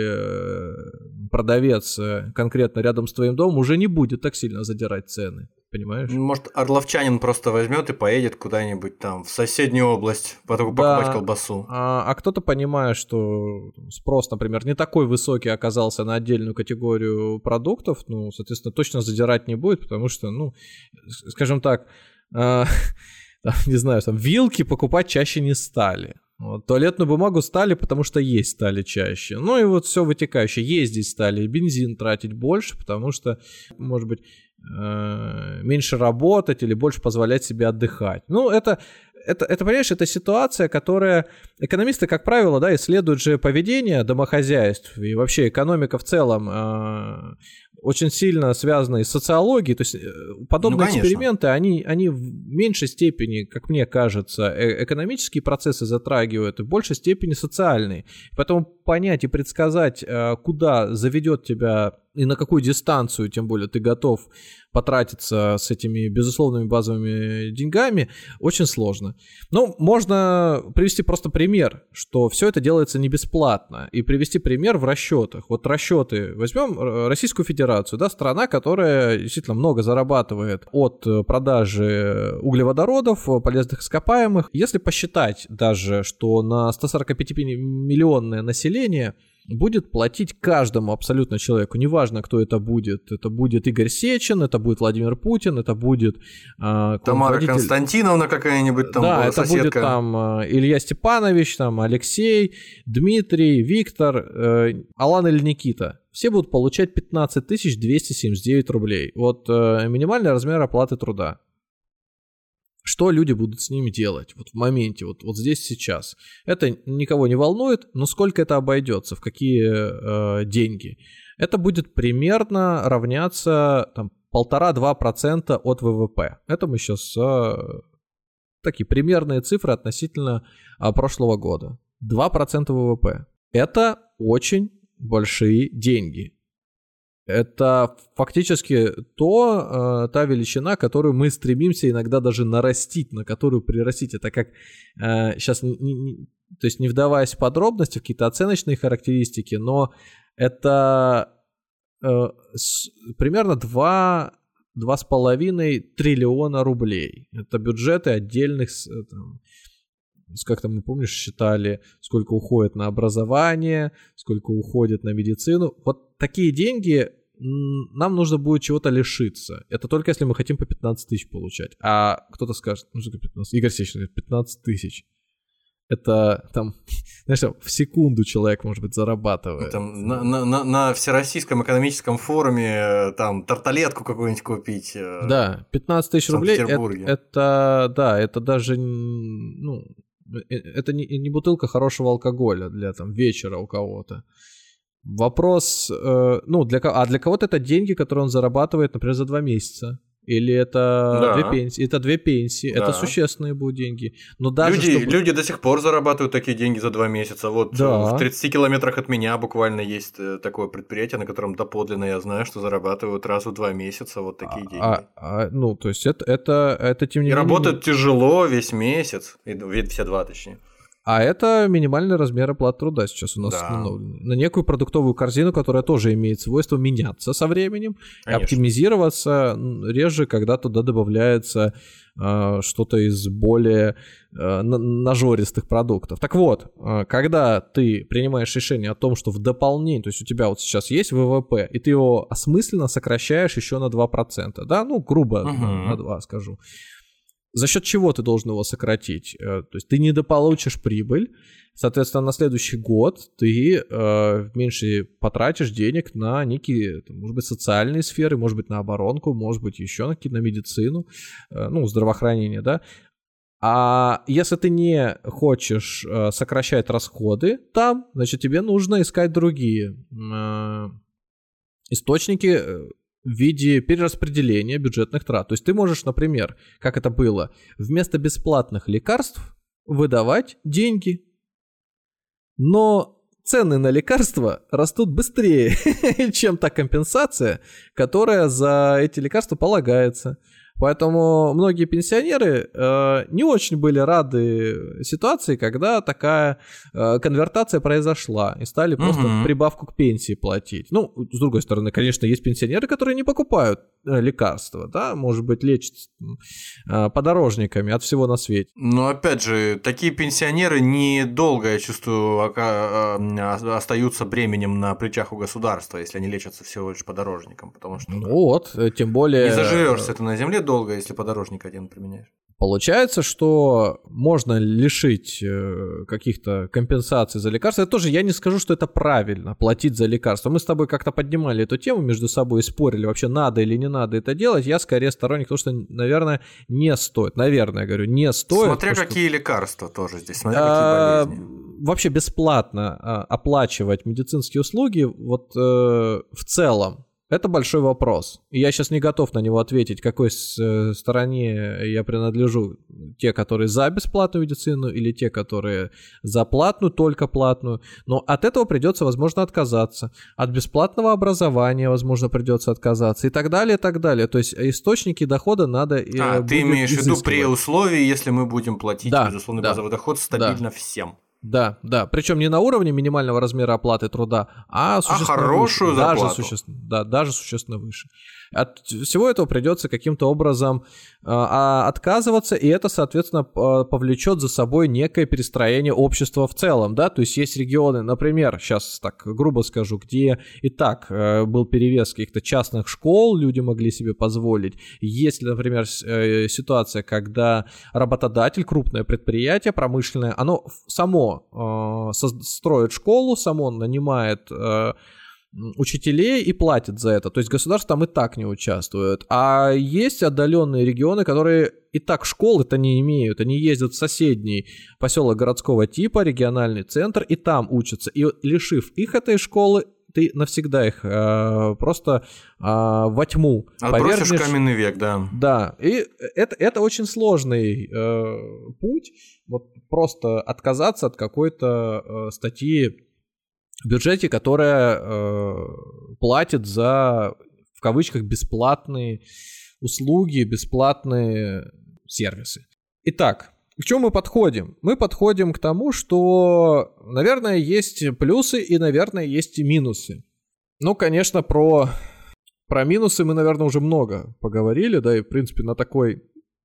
или продавец конкретно рядом с твоим домом уже не будет так сильно задирать цены. Понимаешь? Может, орловчанин просто возьмет и поедет куда-нибудь там в соседнюю область покупать да. колбасу. А, а кто-то понимает, что спрос, например, не такой высокий оказался на отдельную категорию продуктов, ну, соответственно, точно задирать не будет, потому что, ну, скажем так, э, не знаю, там вилки покупать чаще не стали. Вот, туалетную бумагу стали, потому что есть стали чаще. Ну и вот все вытекающее. Ездить стали, бензин тратить больше, потому что, может быть, э- меньше работать или больше позволять себе отдыхать. Ну, это, это, это, понимаешь, это ситуация, которая... Экономисты, как правило, да, исследуют же поведение домохозяйств и вообще экономика в целом... Э- очень сильно связаны с социологией, то есть подобные ну, эксперименты, они, они в меньшей степени, как мне кажется, э- экономические процессы затрагивают, и в большей степени социальные. Поэтому понять и предсказать, куда заведет тебя и на какую дистанцию, тем более, ты готов потратиться с этими безусловными базовыми деньгами, очень сложно. Ну, можно привести просто пример, что все это делается не бесплатно, и привести пример в расчетах. Вот расчеты, возьмем Российскую Федерацию, да, страна, которая действительно много зарабатывает от продажи углеводородов, полезных ископаемых. Если посчитать даже, что на сто сорок пять миллионное население будет платить каждому абсолютно человеку, неважно, кто это будет. Это будет Игорь Сечин, это будет Владимир Путин, это будет... Э, Тамара водитель... Константиновна какая-нибудь там, да, это соседка. будет там э, Илья Степанович, там Алексей, Дмитрий, Виктор, э, Алан или Никита. Все будут получать пятнадцать тысяч двести семьдесят девять рублей. Вот э, минимальный размер оплаты труда. Что люди будут с ними делать вот в моменте, вот, вот здесь, сейчас? Это никого не волнует, но сколько это обойдется, в какие э, деньги? Это будет примерно равняться там, полтора-два процента от ВВП. Это мы сейчас э, такие примерные цифры относительно э, прошлого года. два процента ВВП. Это очень большие деньги. Это фактически то, э, та величина, которую мы стремимся иногда даже нарастить, на которую прирастить. Это как э, сейчас, не, не, то есть не вдаваясь в подробности, в какие-то оценочные характеристики, но это э, с, примерно два с половиной триллиона рублей. Это бюджеты отдельных... Там, как там, мы, помнишь, считали, сколько уходит на образование, сколько уходит на медицину. Вот такие деньги нам нужно будет чего-то лишиться. Это только если мы хотим по пятнадцать тысяч получать. А кто-то скажет, ну что пятнадцать? Игорь Сечин, пятнадцать тысяч. Это там, знаешь, в секунду человек, может быть, зарабатывает. Там, на, на, на Всероссийском экономическом форуме там тарталетку какую-нибудь купить. Да, пятнадцать тысяч рублей. Это, это, да, это даже, ну, это не, не бутылка хорошего алкоголя для там вечера у кого-то. Вопрос, э, ну, для, а для кого-то это деньги, которые он зарабатывает, например, за два месяца. Или это да. две пенсии. Это две пенсии. Да. Это существенные будут деньги. Но даже люди, чтобы... люди до сих пор зарабатывают такие деньги за два месяца. Вот да. в тридцати километрах от меня буквально есть такое предприятие, на котором доподлинно я знаю, что зарабатывают раз в два месяца вот такие деньги. А, а, ну, то есть это, это, это тем не и менее... И работают тяжело весь месяц. Все два, точнее. А это минимальный размер оплаты труда сейчас у нас да. установлен. На некую продуктовую корзину, которая тоже имеет свойство меняться со временем, и оптимизироваться реже, когда туда добавляется э, что-то из более э, нажористых продуктов. Так вот, э, когда ты принимаешь решение о том, что в дополнение, то есть у тебя вот сейчас есть ВВП, и ты его осмысленно сокращаешь еще на два процента, да, ну, грубо угу. на, на два, скажу. За счет чего ты должен его сократить? То есть ты недополучишь прибыль, соответственно, на следующий год ты э, меньше потратишь денег на некие, может быть, социальные сферы, может быть, на оборонку, может быть, еще на какие-то, на медицину, э, ну, здравоохранение, да. А если ты не хочешь э, сокращать расходы там, значит, тебе нужно искать другие э, источники в виде перераспределения бюджетных трат. То есть ты можешь, например, как это было, вместо бесплатных лекарств выдавать деньги. Но цены на лекарства растут быстрее, чем та компенсация, которая за эти лекарства полагается. Поэтому многие пенсионеры э, не очень были рады ситуации, когда такая э, конвертация произошла, и стали просто uh-huh. прибавку к пенсии платить. Ну, с другой стороны, конечно, есть пенсионеры, которые не покупают э, лекарства, да, может быть, лечат э, подорожниками от всего на свете. Но, опять же, такие пенсионеры недолго, я чувствую, остаются бременем на плечах у государства, если они лечатся всего лишь подорожником, потому что... Ну, вот, тем более... Не заживешься ты на земле долго, если подорожник один применяешь. Получается, что можно лишить э, каких-то компенсаций за лекарства. Это тоже я не скажу, что это правильно, платить за лекарства. Мы с тобой как-то поднимали эту тему между собой и спорили, вообще надо или не надо это делать. Я скорее сторонник того, что, наверное, не стоит. Наверное, говорю, не стоит. Смотря какие что... лекарства тоже здесь, смотря а, какие болезни. Вообще бесплатно а, оплачивать медицинские услуги вот э, в целом. Это большой вопрос. И я сейчас не готов на него ответить, к какой стороне я принадлежу. Те, которые за бесплатную медицину, или те, которые за платную, только платную. Но от этого придется, возможно, отказаться. От бесплатного образования, возможно, придется отказаться. И так далее, и так далее. То есть источники дохода надо... А, ты имеешь в виду при условии, если мы будем платить, да, безусловный да, базовый доход стабильно да. всем. Да, да, причем не на уровне минимального размера оплаты труда, а существенно а хорошую выше, зарплату. Даже существенно, да, даже существенно выше. От всего этого придется каким-то образом э, отказываться, и это, соответственно, повлечет за собой некое перестроение общества в целом, да, то есть есть регионы, например, сейчас так грубо скажу, где и так э, был перевес каких-то частных школ, люди могли себе позволить. Есть, например, э, ситуация, когда работодатель, крупное предприятие промышленное, оно само э, со- строит школу, само нанимает э, учителей и платит за это. То есть государство там и так не участвует. А есть отдаленные регионы, которые и так школы-то не имеют. Они ездят в соседний поселок городского типа, региональный центр, и там учатся. И лишив их этой школы, ты навсегда их э, просто э, во тьму отбросишь повергнешь. Каменный век, да. Да, и это, это очень сложный э, путь. Вот просто отказаться от какой-то э, статьи в бюджете, которая э, платит за, в кавычках, бесплатные услуги, бесплатные сервисы. Итак, к чему мы подходим? Мы подходим к тому, что, наверное, есть плюсы и, наверное, есть и минусы. Ну, конечно, про, про минусы мы, наверное, уже много поговорили, да, и, в принципе, на такой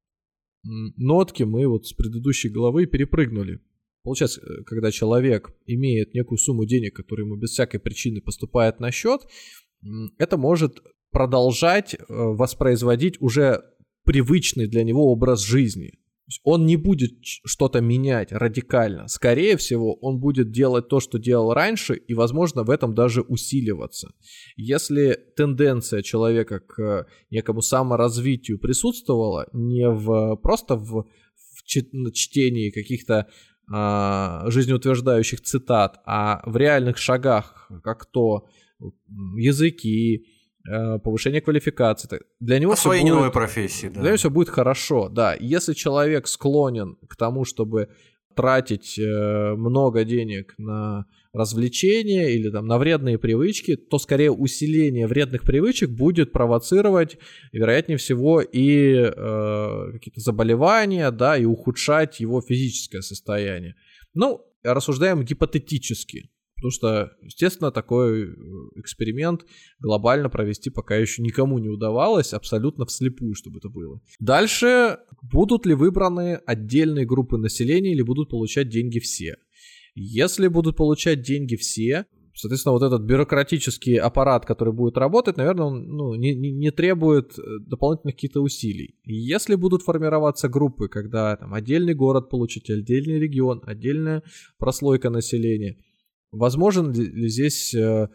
нотке мы вот с предыдущей главы перепрыгнули. Получается, когда человек имеет некую сумму денег, которая ему без всякой причины поступает на счет, это может продолжать воспроизводить уже привычный для него образ жизни. То есть он не будет что-то менять радикально. Скорее всего, он будет делать то, что делал раньше, и, возможно, в этом даже усиливаться. Если тенденция человека к некому саморазвитию присутствовала не в, просто в, в чтении каких-то а, жизнеутверждающих цитат, а в реальных шагах, как то языки, повышение квалификации. Для него освоение будет, новой профессии. Да. Для него все будет хорошо, да. Если человек склонен к тому, чтобы тратить много денег на развлечения или там, на вредные привычки, то скорее усиление вредных привычек будет провоцировать, вероятнее всего, и э, какие-то заболевания, да, и ухудшать его физическое состояние. Ну, рассуждаем гипотетически. Потому что, естественно, такой эксперимент глобально провести пока еще никому не удавалось, абсолютно вслепую, чтобы это было. Дальше, будут ли выбраны отдельные группы населения или будут получать деньги все? Если будут получать деньги все, соответственно, вот этот бюрократический аппарат, который будет работать, наверное, он ну, не, не, не требует дополнительных каких-то усилий. Если будут формироваться группы, когда там, отдельный город получит, отдельный регион, отдельная прослойка населения, возможен ли здесь, э, э,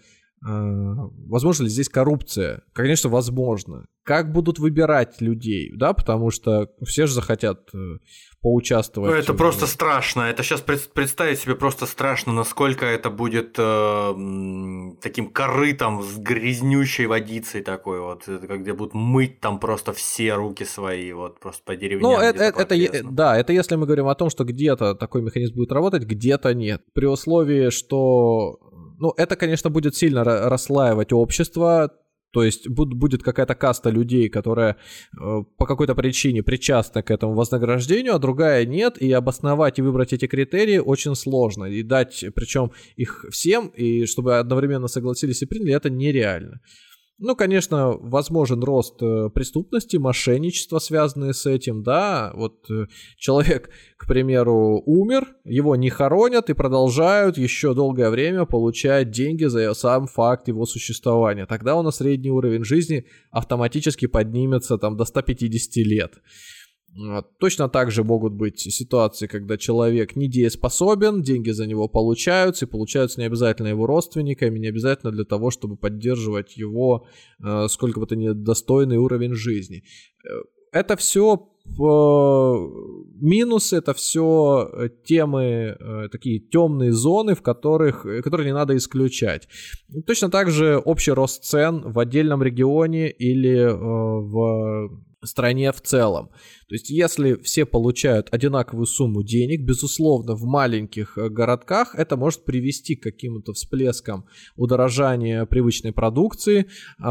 возможно ли здесь коррупция? Конечно, возможно. Как будут выбирать людей, да, потому что все же захотят э, поучаствовать. Ну, это в... просто страшно. Это сейчас представить себе просто страшно, насколько это будет э, таким корытом с грязнющей водицей такой вот, где будут мыть там просто все руки свои, вот просто по деревням. Ну, это, это, это, да, это если мы говорим о том, что где-то такой механизм будет работать, где-то нет. При условии, что, ну, это, конечно, будет сильно расслаивать общество. То есть будет какая-то каста людей, которая э, по какой-то причине причастна к этому вознаграждению, а другая нет, и обосновать и выбрать эти критерии очень сложно. И дать, причем их всем, и чтобы одновременно согласились и приняли, это нереально. Ну, конечно, возможен рост преступности, мошенничества, связанные с этим, да, вот человек, к примеру, умер, его не хоронят и продолжают еще долгое время получать деньги за сам факт его существования. Тогда у нас средний уровень жизни автоматически поднимется там до ста пятидесяти лет. Точно так же могут быть ситуации, когда человек недееспособен, деньги за него получаются, и получаются не обязательно его родственниками, не обязательно для того, чтобы поддерживать его э, сколько бы то ни достойный уровень жизни. Это все минусы, это все темы, э, такие темные зоны, в которых, которые не надо исключать. Точно так же общий рост цен в отдельном регионе или э, в стране в целом. То есть, если все получают одинаковую сумму денег, безусловно, в маленьких городках это может привести к каким-то всплескам удорожания привычной продукции,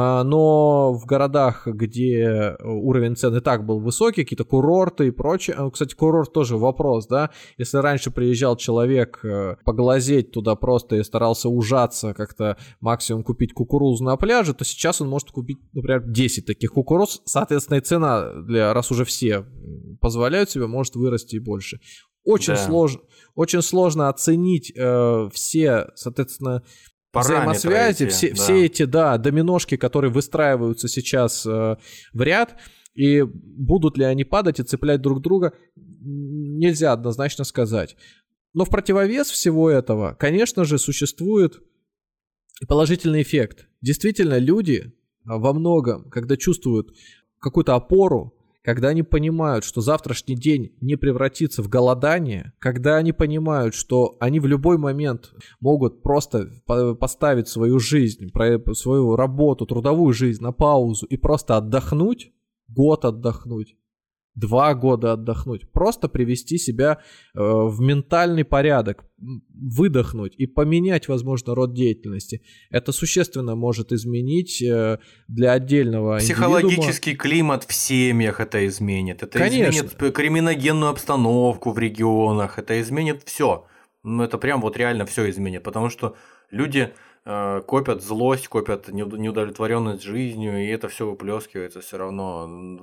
но в городах, где уровень цен и так был высокий, какие-то курорты и прочее, кстати, курорт тоже вопрос, да, если раньше приезжал человек поглазеть туда просто и старался ужаться, как-то максимум купить кукурузу на пляже, то сейчас он может купить, например, десять таких кукуруз, соответственно, и цена, для, раз уже все позволяют себе, может вырасти и больше. Очень, да. сложно, очень сложно оценить э, все, соответственно, параметры взаимосвязи, эти, все, да. все эти, да, доминошки, которые выстраиваются сейчас э, в ряд, и будут ли они падать и цеплять друг друга, нельзя однозначно сказать. Но в противовес всего этого, конечно же, существует положительный эффект. Действительно, люди во многом, когда чувствуют какую-то опору, когда они понимают, что завтрашний день не превратится в голодание, когда они понимают, что они в любой момент могут просто поставить свою жизнь, свою работу, трудовую жизнь на паузу и просто отдохнуть, год отдохнуть, два года отдохнуть, просто привести себя э, в ментальный порядок, выдохнуть и поменять, возможно, род деятельности. Это существенно может изменить э, для отдельного психологический индивидуума. Климат в семьях это изменит. Это Конечно. изменит криминогенную обстановку в регионах. Это изменит все. Ну, это прям вот реально все изменит. Потому что люди э, копят злость, копят неудовлетворенность жизнью, и это все выплескивается все равно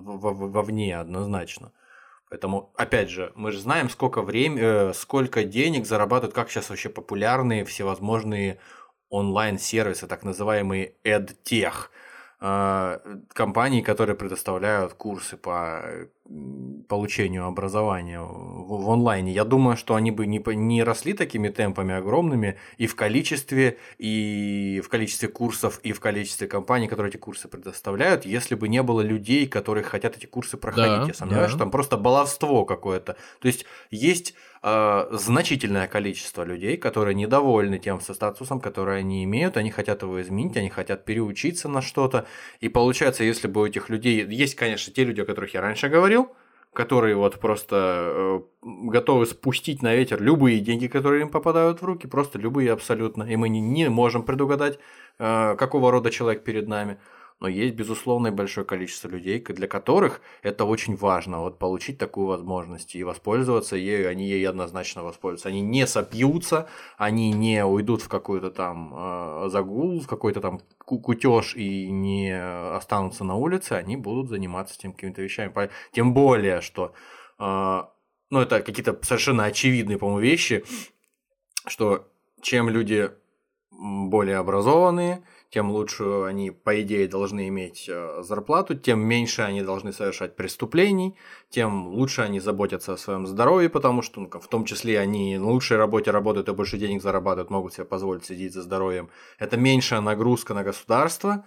вовне однозначно. Поэтому, опять же, мы же знаем, сколько времени, э, сколько денег зарабатывают, как сейчас вообще популярные всевозможные онлайн-сервисы, так называемые EdTech, э, компании, которые предоставляют курсы по получению образования в, в онлайне. Я думаю, что они бы не, не росли такими темпами огромными и в количестве, и в количестве курсов, и в количестве компаний, которые эти курсы предоставляют, если бы не было людей, которые хотят эти курсы проходить. Да, я сомневаюсь, да. что там просто баловство какое-то. То есть есть э, значительное количество людей, которые недовольны тем со статусом, который они имеют, они хотят его изменить, они хотят переучиться на что-то. И получается, если бы у этих людей... Есть, конечно, те люди, о которых я раньше говорил, которые вот просто э, готовы спустить на ветер любые деньги, которые им попадают в руки, просто любые абсолютно. И мы не, не можем предугадать, э, какого рода человек перед нами. Но есть, безусловно, большое количество людей, для которых это очень важно, вот получить такую возможность и воспользоваться ею, они ей однозначно воспользуются. Они не сопьются, они не уйдут в какой-то там э, загул, в какой-то там кутеж и не останутся на улице, они будут заниматься тем какими-то вещами. Тем более, что э, ну, это какие-то совершенно очевидные, по-моему, вещи, что чем люди более образованные, тем лучше они, по идее, должны иметь зарплату, тем меньше они должны совершать преступлений, тем лучше они заботятся о своем здоровье, потому что ну, в том числе они на лучшей работе работают и больше денег зарабатывают, могут себе позволить следить за здоровьем. Это меньшая нагрузка на государство.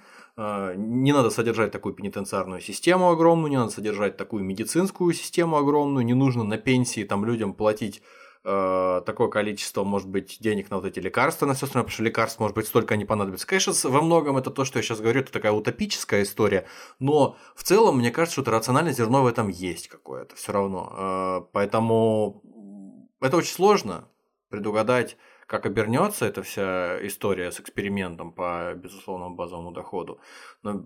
Не надо содержать такую пенитенциарную систему огромную, не надо содержать такую медицинскую систему огромную, не нужно на пенсии там людям платить такое количество, может быть, денег на вот эти лекарства, на все остальное, потому что лекарств, может быть, столько не понадобится. Конечно, во многом это то, что я сейчас говорю, это такая утопическая история, но в целом, мне кажется, что это рациональное зерно в этом есть какое-то все равно. Поэтому это очень сложно предугадать, как обернется эта вся история с экспериментом по безусловному базовому доходу. Но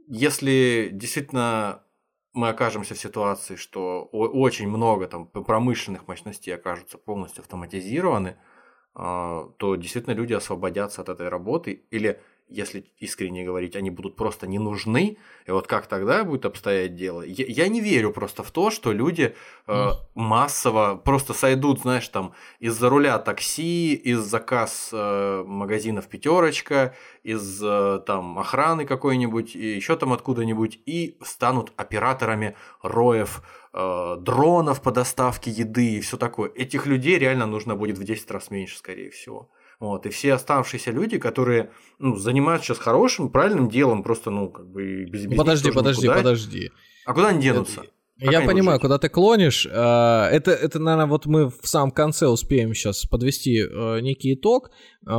если действительно мы окажемся в ситуации, что очень много там промышленных мощностей окажутся полностью автоматизированы, то действительно люди освободятся от этой работы. Или если искренне говорить, они будут просто не нужны, и вот как тогда будет обстоять дело? Я, я не верю просто в то, что люди э, массово просто сойдут, знаешь, там, из-за руля такси, из заказ э, магазинов «Пятерочка», из э, там охраны какой-нибудь, и еще там откуда-нибудь, и станут операторами роев, э, дронов по доставке еды и все такое. Этих людей реально нужно будет в десять раз меньше, скорее всего. Вот, и все оставшиеся люди, которые ну, занимаются сейчас хорошим, правильным делом, просто, ну, как бы без, без Подожди, подожди, никуда. подожди. А куда они денутся? Как Я они понимаю, будут жить? куда ты клонишь. Это, это, наверное, вот мы в самом конце успеем сейчас подвести некий итог.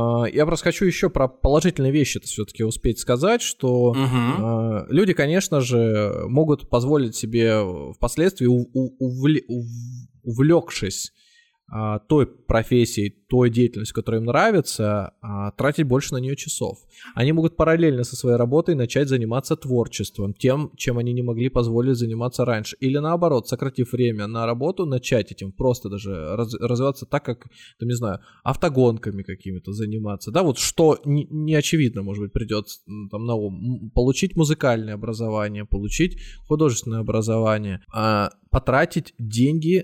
Я просто хочу еще про положительные вещи все-таки успеть сказать, что угу. люди, конечно же, могут позволить себе впоследствии, увле- увлекшись той профессией, той деятельностью, которая им нравится, тратить больше на нее часов. Они могут параллельно со своей работой начать заниматься творчеством, тем, чем они не могли позволить заниматься раньше. Или наоборот, сократив время на работу, начать этим просто даже раз, развиваться так, как, там, не знаю, автогонками какими-то заниматься. Да, вот что не, не очевидно, может быть, придет там на ум. Получить музыкальное образование, получить художественное образование, потратить деньги,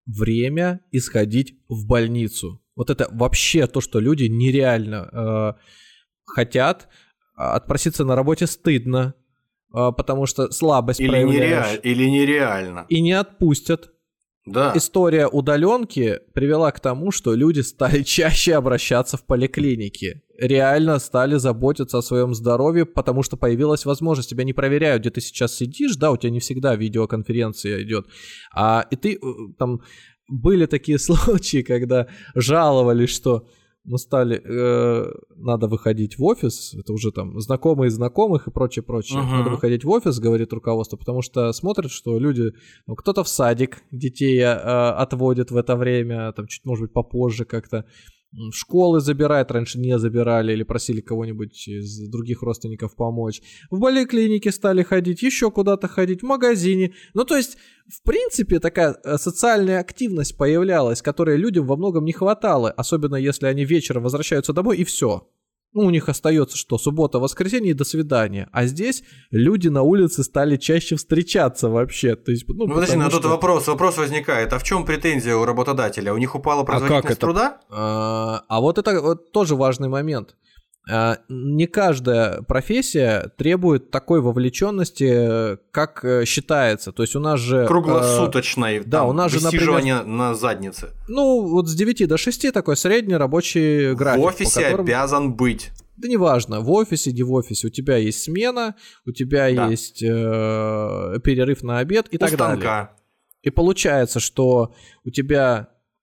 время и сходить в больницу. Вот это вообще то, что люди нереально э, хотят. Отпроситься на работе стыдно, э, потому что слабость или проявляешь. Нереаль, или нереально. И не отпустят. Да. История удаленки привела к тому, что люди стали чаще обращаться в поликлиники. Реально стали заботиться о своем здоровье, потому что появилась возможность. Тебя не проверяют, где ты сейчас сидишь, да, у тебя не всегда видеоконференция идет. А, и ты там... Были такие случаи, когда жаловались, что мы стали, э, надо выходить в офис, это уже там знакомые знакомых и прочее, прочее. Uh-huh. Надо выходить в офис, говорит руководство, потому что смотрят, что люди, ну, кто-то в садик детей э, отводит в это время, там чуть, может быть, попозже как-то. В школы забирают, раньше не забирали или просили кого-нибудь из других родственников помочь. В поликлинике стали ходить, еще куда-то ходить, в магазине. Ну, то есть, в принципе, такая социальная активность появлялась, которой людям во многом не хватало, особенно если они вечером возвращаются домой и все. Ну, у них остается что? Суббота, воскресенье и до свидания. А здесь люди на улице стали чаще встречаться вообще. То есть, ну, ну подожди, но что... тут вопрос, вопрос возникает. А в чем претензия у работодателя? У них упала производительность а труда? А, а вот это вот тоже важный момент. А, не каждая профессия требует такой вовлеченности, как считается. То есть у нас же... Круглосуточной, а, да, у нас же, например, на заднице. Ну, вот с девяти до шести такой средний рабочий график. В офисе которому... обязан быть. Да неважно, в офисе, не в офисе. У тебя есть смена, у тебя да. есть э, перерыв на обед и у так станка. Далее. И получается, что у тебя...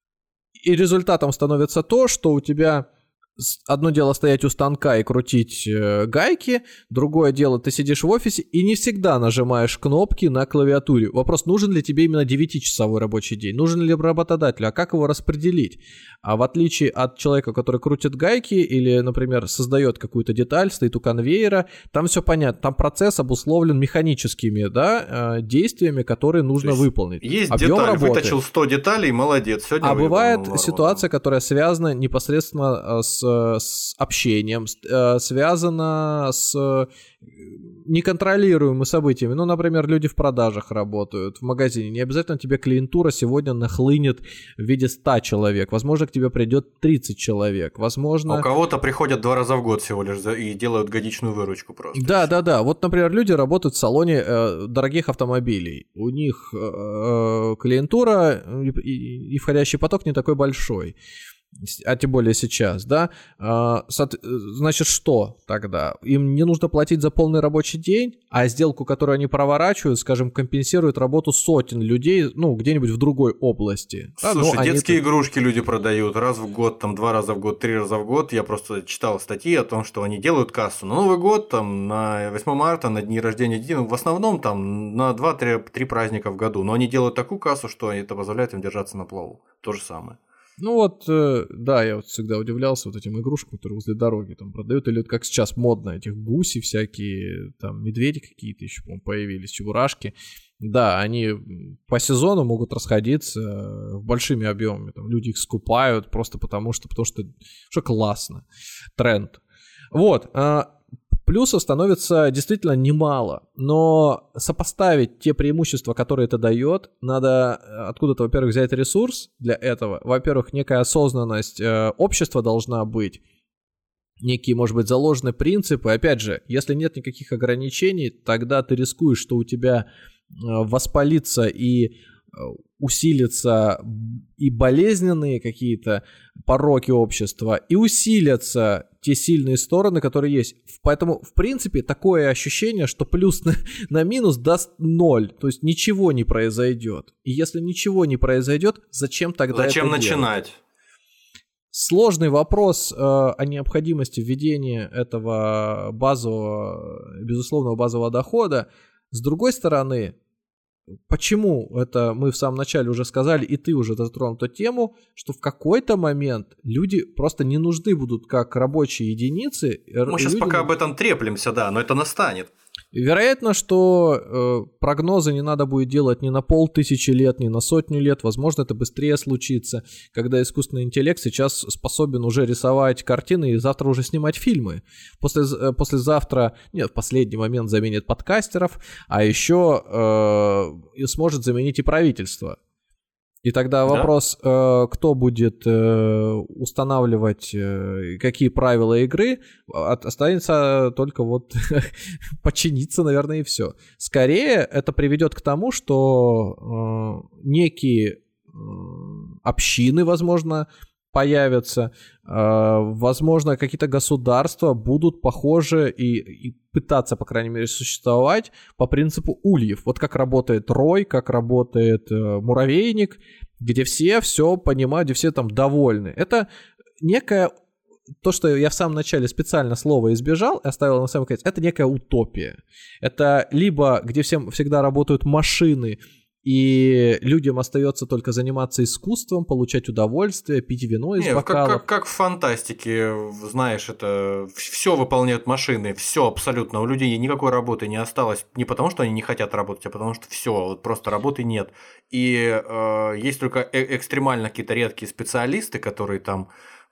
И результатом становится то, что у тебя... Одно дело стоять у станка и крутить э, гайки, другое дело ты сидишь в офисе и не всегда нажимаешь кнопки на клавиатуре. Вопрос, нужен ли тебе именно девятичасовой рабочий день, нужен ли работодателю, а как его распределить? А в отличие от человека, который крутит гайки или, например, создает какую-то деталь, стоит у конвейера, там все понятно, там процесс обусловлен механическими, да, э, действиями, которые нужно выполнить. Есть объем деталь, работы. Вытащил сто деталей, молодец. Сегодня а бывает ситуация, которая связана непосредственно с с общением, связано с неконтролируемыми событиями. Ну, например, люди в продажах работают, в магазине. Не обязательно тебе клиентура сегодня нахлынет в виде ста человек. Возможно, к тебе придет тридцать человек. Возможно... А у кого-то приходят два раза в год всего лишь и делают годичную выручку просто. Да, да, да. Вот, например, люди работают в салоне э, дорогих автомобилей. У них э, клиентура и, и входящий поток не такой большой. А тем более сейчас, да, значит, что тогда? Им не нужно платить за полный рабочий день, а сделку, которую они проворачивают, скажем, компенсирует работу сотен людей, ну, где-нибудь в другой области. Да, слушай, ну, детские они... игрушки люди продают раз в год, там, два раза в год, три раза в год. Я просто читал статьи о том, что они делают кассу на Новый год, там, на восьмое марта, на дни рождения детей, ну, в основном, там, на два-три праздника в году. Но они делают такую кассу, что это позволяет им держаться на плаву. То же самое. Ну вот, э, да, я вот всегда удивлялся вот этим игрушкам, которые возле дороги там продают, или вот как сейчас модно, этих гуси всякие, там медведи какие-то еще, по-моему, появились, чебурашки. Да, они по сезону могут расходиться э, большими объемами, там люди их скупают просто потому что, потому что, что классно, тренд. Вот, э, плюсов становится действительно немало, но сопоставить те преимущества, которые это дает, надо откуда-то, во-первых, взять ресурс для этого, во-первых, некая осознанность э, общества должна быть, некие, может быть, заложенные принципы. Опять же, если нет никаких ограничений, тогда ты рискуешь, что у тебя воспалится и усилятся и болезненные какие-то пороки общества, и усилятся те сильные стороны, которые есть. Поэтому, в принципе, такое ощущение, что плюс на, на минус даст ноль. То есть ничего не произойдет. И если ничего не произойдет, зачем тогда зачем это начинать? Делать? Сложный вопрос э, о необходимости введения этого базового, безусловного базового дохода. С другой стороны, почему это мы в самом начале уже сказали, и ты уже затронул эту тему, что в какой-то момент люди просто не нужны будут как рабочие единицы. Мы сейчас люди... пока об этом треплемся, да, но это настанет. Вероятно, что э, прогнозы не надо будет делать ни на полтысячи лет, ни на сотню лет. Возможно, это быстрее случится, когда искусственный интеллект сейчас способен уже рисовать картины и завтра уже снимать фильмы. После, э, послезавтра, нет, в последний момент заменит подкастеров, а еще э, сможет заменить и правительство. И тогда вопрос, да? э, кто будет э, устанавливать э, какие правила игры, останется только вот подчиниться, наверное, и все. Скорее это приведет к тому, что э, некие э, общины, возможно, появятся, э, возможно, какие-то государства будут похожи и, и пытаться, по крайней мере, существовать по принципу ульев. Вот как работает рой, как работает э, муравейник, где все все понимают, где все там довольны. Это некая, то, что я в самом начале специально слова избежал и оставил на самом конце, это некая утопия. Это либо где всем всегда работают машины, и людям остается только заниматься искусством, получать удовольствие, пить вино из Не, бокалов. Как, как, как в фантастике, знаешь, это все выполняют машины, все абсолютно. У людей никакой работы не осталось, не потому что они не хотят работать, а потому что все, вот просто работы нет. И э, есть только э- экстремально какие-то редкие специалисты, которые там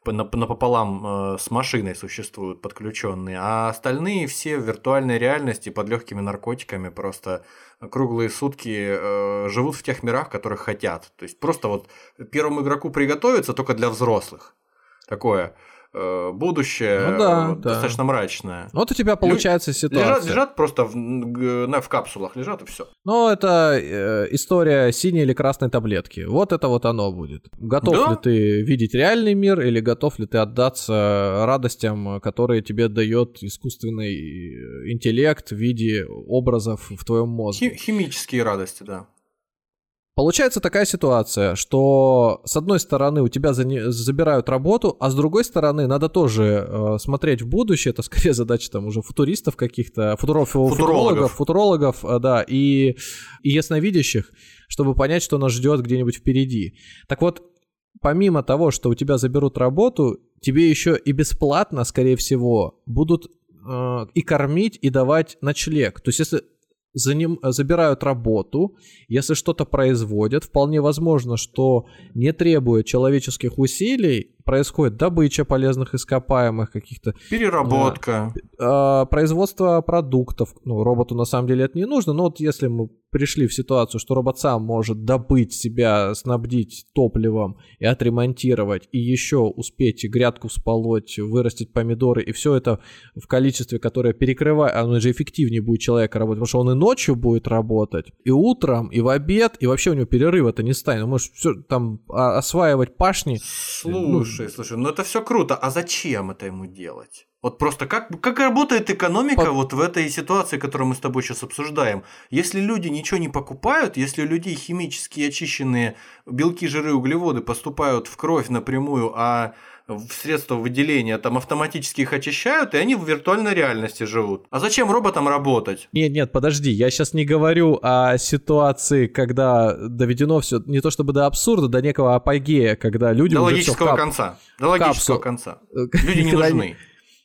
напополам с машиной существуют подключенные, а остальные все в виртуальной реальности под легкими наркотиками просто круглые сутки э, живут в тех мирах, которых хотят. То есть просто вот первому игроку приготовиться только для взрослых. Такое э, будущее ну, да, э, достаточно да. мрачное. Вот у тебя получается Лю- ситуация. Лежат, лежат просто в, на, в капсулах, лежат и все. Ну, это э, история синей или красной таблетки. Вот это вот оно будет. Готов да? ли ты видеть реальный мир, или готов ли ты отдаться радостям, которые тебе дает искусственный интеллект в виде образов в твоем мозге? Хи- химические радости, да. Получается такая ситуация, что с одной стороны у тебя за... забирают работу, а с другой стороны надо тоже э, смотреть в будущее, это скорее задача там уже футуристов каких-то, футуров... футурологов, футурологов, э, да, и... и ясновидящих, чтобы понять, что нас ждет где-нибудь впереди. Так вот, помимо того, что у тебя заберут работу, тебе еще и бесплатно, скорее всего, будут э, и кормить, и давать ночлег. То есть если... За ним забирают работу, если что-то производят, вполне возможно, что не требуя человеческих усилий, происходит добыча полезных ископаемых каких-то. Переработка. Э, э, производство продуктов. Ну, роботу на самом деле это не нужно, но вот если мы пришли в ситуацию, что робот сам может добыть себя, снабдить топливом и отремонтировать, и еще успеть грядку сполоть, вырастить помидоры, и все это в количестве, которое перекрывает, оно же эффективнее будет человека работать, потому что он и ночью будет работать, и утром, и в обед, и вообще у него перерыва-то не станет. Он может все там осваивать пашни. Слушай, Слушай, слушай, ну это все круто, а зачем это ему делать? Вот просто как, как работает экономика По... вот в этой ситуации, которую мы с тобой сейчас обсуждаем? Если люди ничего не покупают, если у людей химически очищенные белки, жиры, углеводы поступают в кровь напрямую, а в средства выделения там автоматически их очищают, и они в виртуальной реальности живут. А зачем роботам работать? Нет, нет, подожди, я сейчас не говорю о ситуации, когда доведено все не то чтобы до абсурда, до некого апогея, когда люди до уже логического всё в кап... конца. До логического капсул... конца. Люди не нужны.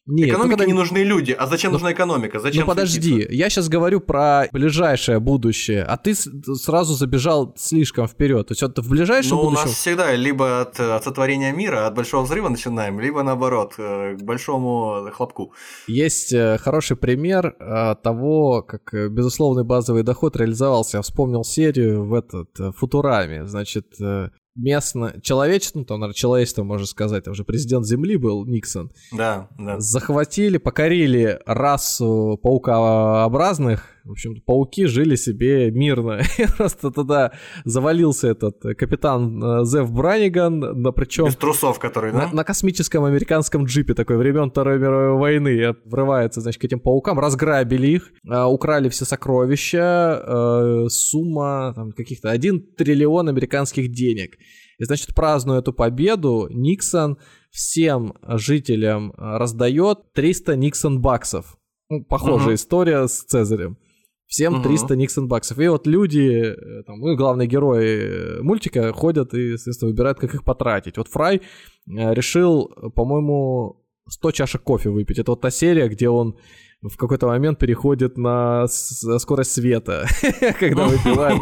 Нет, экономике когда... не нужны люди, а зачем ну, нужна экономика? Зачем ну подожди, светиться? Я сейчас говорю про ближайшее будущее, а ты сразу забежал слишком вперед. То есть вот в ближайшем ну, будущем... у нас всегда либо от, от сотворения мира, от большого взрыва начинаем, либо наоборот, к большому хлопку. Есть хороший пример того, как безусловный базовый доход реализовался. Я вспомнил серию в этот Футураме. Значит, местно... человечество, ну, там, наверное, человечество, можно сказать, там уже президент Земли был, Никсон. Да, да. Захватили, покорили расу паукообразных. В общем-то, пауки жили себе мирно. Просто туда завалился этот капитан Зев Браниган, но причем... Без трусов, который, да? На, на космическом американском джипе такой времен Второй мировой войны. Врывается, значит, к этим паукам, разграбили их, э, украли все сокровища, э, сумма там, каких-то один триллион американских денег. И, значит, празднуя эту победу, Никсон всем жителям раздает триста Никсон-баксов. Ну, похожая uh-huh. история с Цезарем. Всем триста uh-huh. Никсон-баксов. И вот люди, там, ну, главные герои мультика ходят и, естественно, выбирают, как их потратить. Вот Фрай решил, по-моему, сто чашек кофе выпить. Это вот та серия, где он в какой-то момент переходит на скорость света, когда выпивает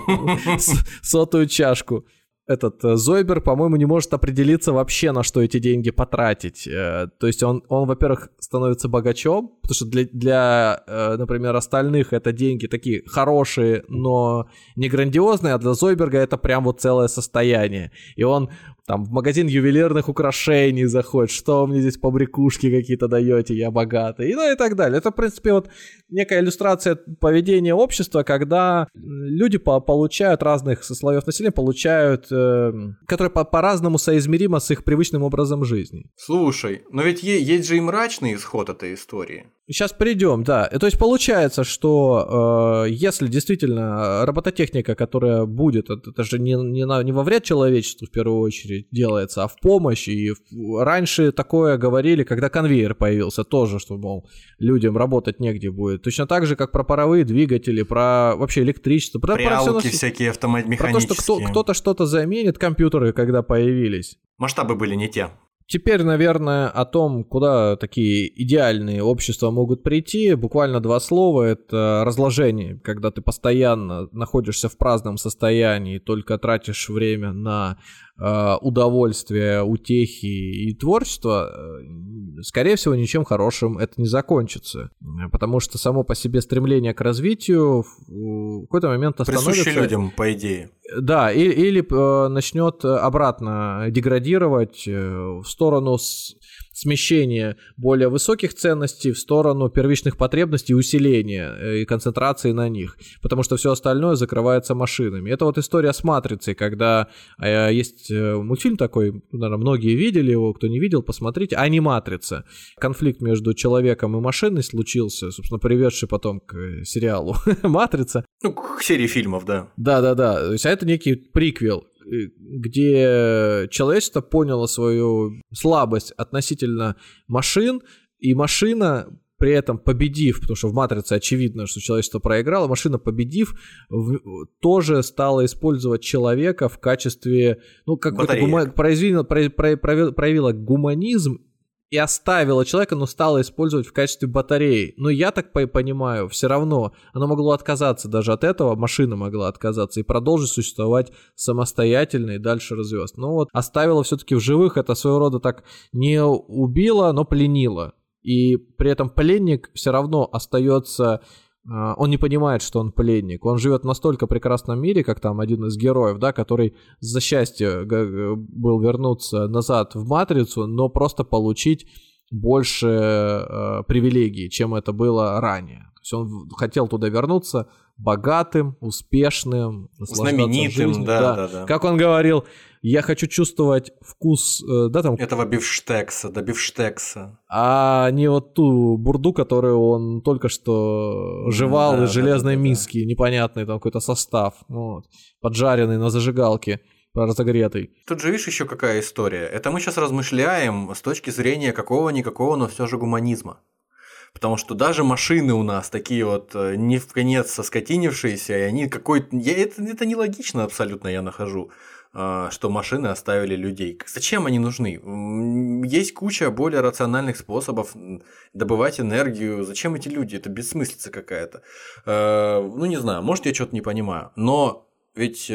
сотую чашку. Этот Зойбер, по-моему, не может определиться вообще, на что эти деньги потратить. То есть он, он во-первых, становится богачом, потому что для, для, например, остальных это деньги такие хорошие, но не грандиозные, а для Зойберга это прям вот целое состояние. И он там в магазин ювелирных украшений заходит, что вы мне здесь побрякушки какие-то даете, я богатый, и, ну и так далее. Это, в принципе, вот некая иллюстрация поведения общества, когда люди по- получают разных сослоев населения, получают, э, которые по- по-разному соизмеримо с их привычным образом жизни. Слушай, но ведь е- есть же и мрачный исход этой истории. Сейчас придем, да. То есть получается, что э, если действительно робототехника, которая будет, это, это же не, не, на, не во вред человечеству в первую очередь делается, а в помощь. И в, раньше такое говорили, когда конвейер появился, тоже, что, мол, людям работать негде будет. Точно так же, как про паровые двигатели, про вообще электричество. Про, Прялки про все, всякие автоматические. Про то, что кто, кто-то что-то заменит, компьютеры, когда появились. Масштабы были не те. Теперь, наверное, о том, куда такие идеальные общества могут прийти, буквально два слова. Это разложение, когда ты постоянно находишься в праздном состоянии, только тратишь время на э, удовольствие, утехи и творчество. Скорее всего, ничем хорошим это не закончится. Потому что само по себе стремление к развитию в какой-то момент остановится. Присуще людям, по идее. Да, или, или э, начнет обратно деградировать э, в сторону с, смещения более высоких ценностей, в сторону первичных потребностей, усиления э, и концентрации на них, потому что все остальное закрывается машинами. Это вот история с «Матрицей», когда э, есть э, мультфильм такой, наверное, многие видели его, кто не видел, посмотрите, «Аниматрица». Конфликт между человеком и машиной случился, собственно, приведший потом к сериалу «Матрица». Ну, к серии фильмов, да. Да-да-да, то есть это некий приквел, где человечество поняло свою слабость относительно машин, и машина, при этом победив, потому что в «Матрице» очевидно, что человечество проиграло, машина, победив, в, тоже стала использовать человека в качестве, ну, какой-то гума, произвела, проявила, проявила гуманизм, и оставила человека, но стала использовать в качестве батареи. Но я так понимаю, все равно она могла отказаться даже от этого, машина могла отказаться и продолжить существовать самостоятельно и дальше развиваться. Но вот оставила все-таки в живых, это своего рода так не убила, но пленила. И при этом пленник все равно остается... Он не понимает, что он пленник. Он живет в настолько прекрасном мире, как там один из героев, да, который за счастье был вернуться назад в «Матрицу», но просто получить больше э, привилегий, чем это было ранее. То есть он хотел туда вернуться богатым, успешным, знаменитым, жизнью, да, да. Да, да. Как он говорил, я хочу чувствовать вкус, э, да, там... этого бифштекса, да, бифштекса. А не вот ту бурду, которую он только что жевал да, из железной да, да, миски, да. Непонятный там какой-то состав, вот, поджаренный на зажигалке, разогретый. Тут же видишь еще какая история. Это мы сейчас размышляем с точки зрения какого-никакого, но все же гуманизма. Потому что даже машины у нас такие вот не в конец соскотинившиеся, и они какой-то... Я, это, это нелогично абсолютно, я нахожу, что машины оставили людей. Зачем они нужны? Есть куча более рациональных способов добывать энергию. Зачем эти люди? Это бессмыслица какая-то. Ну, не знаю, может, я что-то не понимаю. Но ведь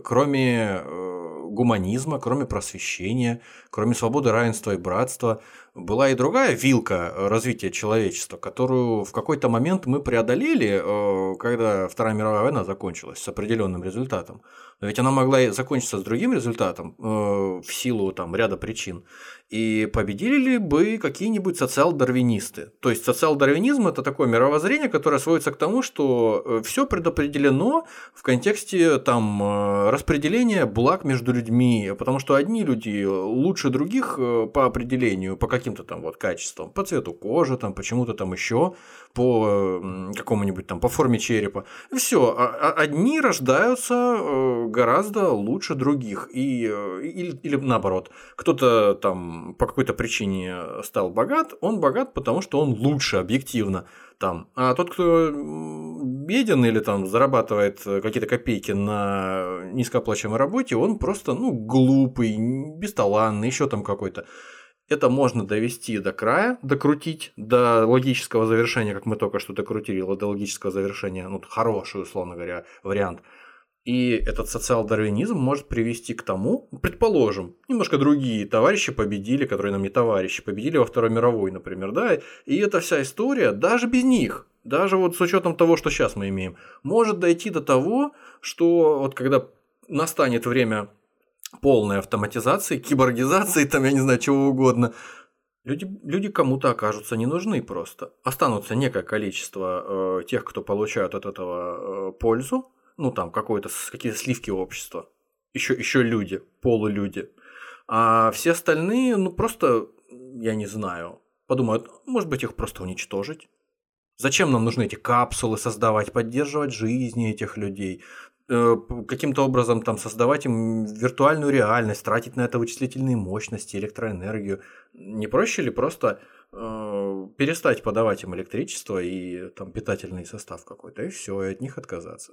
кроме гуманизма, кроме просвещения, кроме свободы, равенства и братства, была и другая вилка развития человечества, которую в какой-то момент мы преодолели, когда Вторая мировая война закончилась с определенным результатом. Но ведь она могла закончиться с другим результатом в силу там, ряда причин. И победили ли бы какие-нибудь социал-дарвинисты? То есть социал-дарвинизм – это такое мировоззрение, которое сводится к тому, что все предопределено в контексте там, распределения благ между людьми, потому что одни люди лучше других по определению, по каким-то там вот качествам, по цвету кожи, там, почему-то там еще, по какому-нибудь там, по форме черепа. Все, одни рождаются гораздо лучше других, и, или, или наоборот, кто-то там по какой-то причине стал богат, он богат, потому что он лучше объективно. Там. А тот, кто беден или там зарабатывает какие-то копейки на низкооплачиваемой работе, он просто ну, глупый, бесталанный, еще там какой-то. Это можно довести до края, докрутить до логического завершения, как мы только что докрутили, до логического завершения, ну, хороший, условно говоря, вариант. И этот социал-дарвинизм может привести к тому, предположим, немножко другие товарищи победили, которые нам не товарищи, победили во Второй мировой, например, да, и эта вся история, даже без них, даже вот с учетом того, что сейчас мы имеем, может дойти до того, что вот когда настанет время полной автоматизации, киборгизации, там, я не знаю, чего угодно, люди, люди кому-то окажутся не нужны просто. Останутся некое количество э, тех, кто получают от этого э, пользу, ну, там, какое-то, какие-то сливки общества, еще, еще люди, полулюди. А все остальные, ну, просто, я не знаю, подумают, может быть, их просто уничтожить. Зачем нам нужны эти капсулы создавать, поддерживать жизни этих людей, э, каким-то образом там создавать им виртуальную реальность, тратить на это вычислительные мощности, электроэнергию. Не проще ли просто э, перестать подавать им электричество и там питательный состав какой-то, и все, и от них отказаться?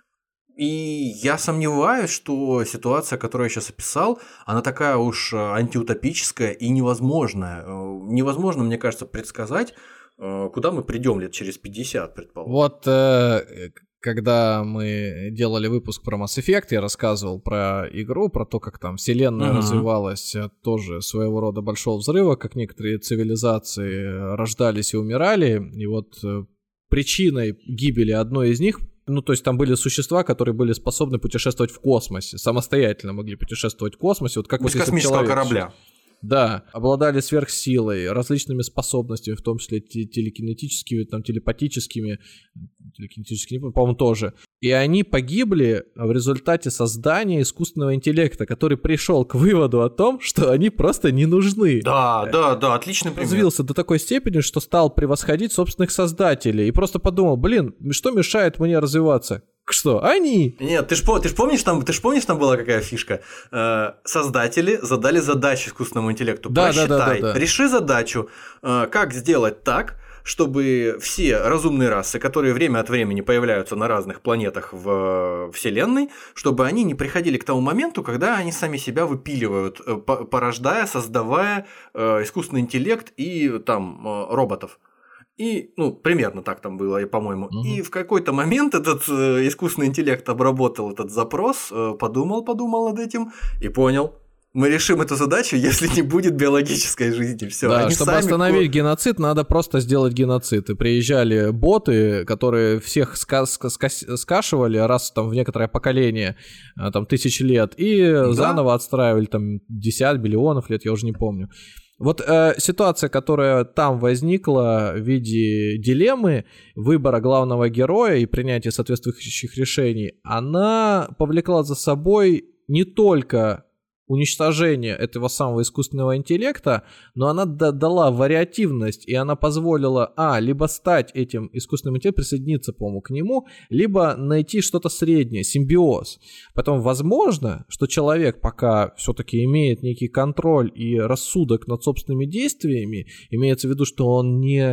И я сомневаюсь, что ситуация, которую я сейчас описал, она такая уж антиутопическая и невозможная. Невозможно, мне кажется, предсказать, куда мы придем лет через пятьдесят, предположим. Вот э, когда мы делали выпуск про Mass Effect, я рассказывал про игру, про то, как там вселенная uh-huh. развивалась от тоже своего рода большого взрыва, как некоторые цивилизации рождались и умирали. И вот причиной гибели одной из них, ну, то есть там были существа, которые были способны путешествовать в космосе, самостоятельно могли путешествовать в космосе, вот как без вот космического человек, корабля. Да, обладали сверхсилой, различными способностями, в том числе телекинетическими, там, телепатическими, телекинетическими, по-моему, тоже. И они погибли в результате создания искусственного интеллекта, который пришел к выводу о том, что они просто не нужны. Да, да, да, отличный пример. Развился до такой степени, что стал превосходить собственных создателей. И просто подумал, блин, что мешает мне развиваться? Что? Они? Нет, ты ж, ты ж помнишь, там, ты ж помнишь, там была какая фишка? Э, создатели задали задачу искусственному интеллекту. Да, Просчитай, да, да, да, да. реши задачу, э, как сделать так, чтобы все разумные расы, которые время от времени появляются на разных планетах в Вселенной, чтобы они не приходили к тому моменту, когда они сами себя выпиливают, порождая, создавая э, искусственный интеллект и там э, роботов. И, ну, примерно так там было, по-моему. Угу. И в какой-то момент этот э, искусственный интеллект обработал этот запрос, э, подумал, подумал над этим и понял. Мы решим эту задачу, если не будет биологической жизни. Все. Да, чтобы сами... остановить геноцид, надо просто сделать геноцид. И приезжали боты, которые всех ска- ска- ска- скашивали раз там в некоторое поколение, там тысячи лет, и да? заново отстраивали там десять миллионов лет, я уже не помню. Вот э, ситуация, которая там возникла в виде дилеммы выбора главного героя и принятия соответствующих решений, она повлекла за собой не только уничтожение этого самого искусственного интеллекта, но она дала вариативность, и она позволила, а, либо стать этим искусственным интеллектом, присоединиться, по-моему, к нему, либо найти что-то среднее, симбиоз. Поэтому возможно, что человек пока все-таки имеет некий контроль и рассудок над собственными действиями, имеется в виду, что он не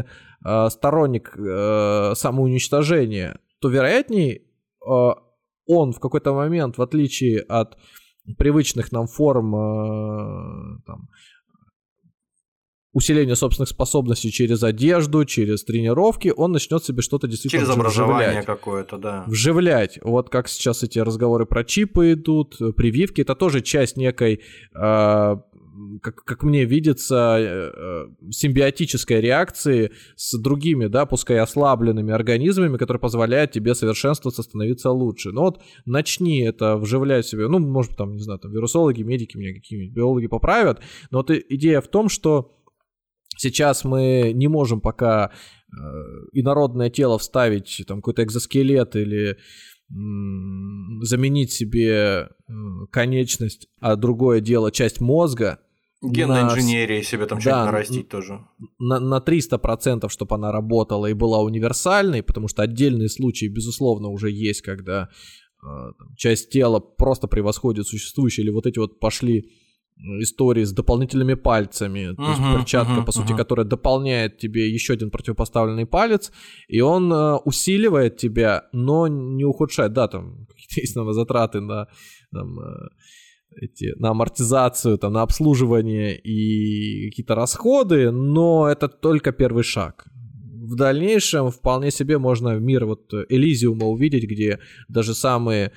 э, сторонник э, самоуничтожения, то вероятнее э, он в какой-то момент, в отличие от привычных нам форм э, там, усиления собственных способностей через одежду, через тренировки, он начнет себе что-то действительно через образование вживлять. какое-то, да. Вживлять. Вот как сейчас эти разговоры про чипы идут, прививки, это тоже часть некой, э, как, как мне видится, э, симбиотической реакции с другими, да, пускай ослабленными организмами, которые позволяют тебе совершенствоваться, становиться лучше. Но вот начни это вживлять себе, ну, может, там, не знаю, там, вирусологи, медики меня какие-нибудь, биологи поправят, но вот идея в том, что сейчас мы не можем пока э, инородное тело вставить, там, какой-то экзоскелет или м- заменить себе э, конечность, а другое дело часть мозга. Генная на... инженерия себе там да, что-нибудь нарастить тоже. На, на триста процентов, чтобы она работала и была универсальной, потому что отдельные случаи, безусловно, уже есть, когда э, там, часть тела просто превосходит существующие, или вот эти вот пошли истории с дополнительными пальцами, uh-huh, то есть перчатка, uh-huh, по сути, uh-huh. которая дополняет тебе еще один противопоставленный палец, и он э, усиливает тебя, но не ухудшает. Да, там какие-то есть затраты на, там, э, эти, на амортизацию, там, на обслуживание и какие-то расходы, но это только первый шаг. В дальнейшем вполне себе можно мир вот Элизиума увидеть, где даже самые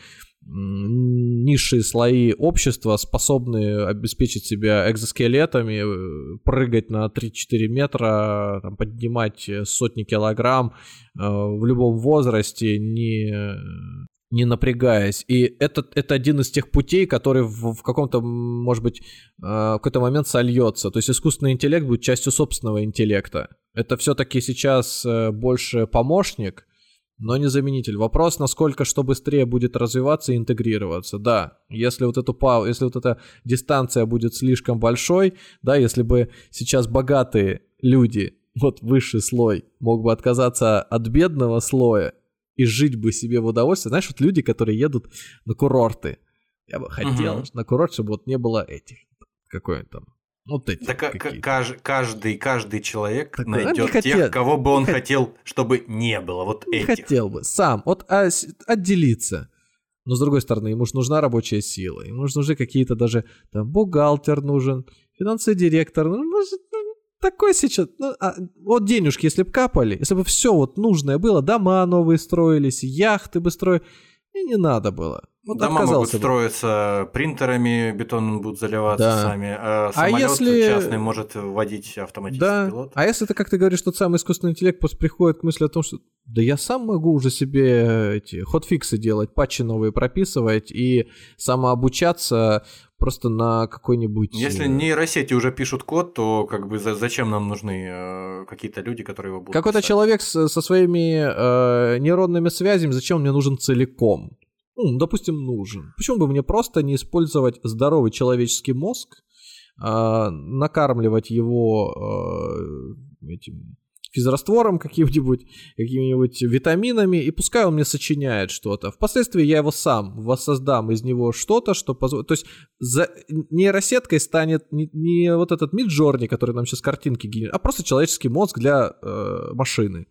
низшие слои общества способны обеспечить себя экзоскелетами, прыгать на три-четыре метра, там, поднимать сотни килограмм э, в любом возрасте, не, не напрягаясь. И это, это один из тех путей, который в, в каком-то, может быть, э, в какой-то момент сольется. То есть искусственный интеллект будет частью собственного интеллекта. Это все-таки сейчас э, больше помощник, но не заменитель. Вопрос, насколько что быстрее будет развиваться и интегрироваться. Да, если вот, эту, если вот эта дистанция будет слишком большой, да, если бы сейчас богатые люди, вот высший слой, мог бы отказаться от бедного слоя и жить бы себе в удовольствие. Знаешь, вот люди, которые едут на курорты. Я бы хотел uh-huh. на курорт, чтобы вот не было этих, какой-нибудь там. Вот эти да каждый, каждый, каждый человек так, найдет тех, хотел, кого бы он не хотел, чтобы не было вот не этих. Хотел бы сам, вот а, отделиться. Но с другой стороны, ему же нужна рабочая сила, ему же нужны какие-то даже там бухгалтер нужен, финансовый директор, ну, может, ну, такой сейчас, ну, а, вот денежки, если бы капали, если бы все вот нужное было, дома новые строились, яхты бы строили, и не надо было. Вот дома могут бы. строиться принтерами, бетоном будут заливаться да. сами, а самолет а если... частный может водить автоматический да. пилот. А если ты, как ты говоришь, тот самый искусственный интеллект просто приходит к мысли о том, что да я сам могу уже себе эти хотфиксы делать, патчи новые прописывать и самообучаться просто на какой-нибудь... Если нейросети уже пишут код, то как бы зачем нам нужны э, какие-то люди, которые его будут Какой-то писать? человек с, со своими э, нейронными связями, зачем он мне нужен целиком? Ну, допустим, нужен. Почему бы мне просто не использовать здоровый человеческий мозг, э, накармливать его э, этим физраствором каким-нибудь, какими-нибудь витаминами, и пускай он мне сочиняет что-то. Впоследствии я его сам воссоздам из него что-то, что позволит... То есть за нейросеткой станет не, не вот этот Midjourney, который нам сейчас картинки генерирует, а просто человеческий мозг для э, машины.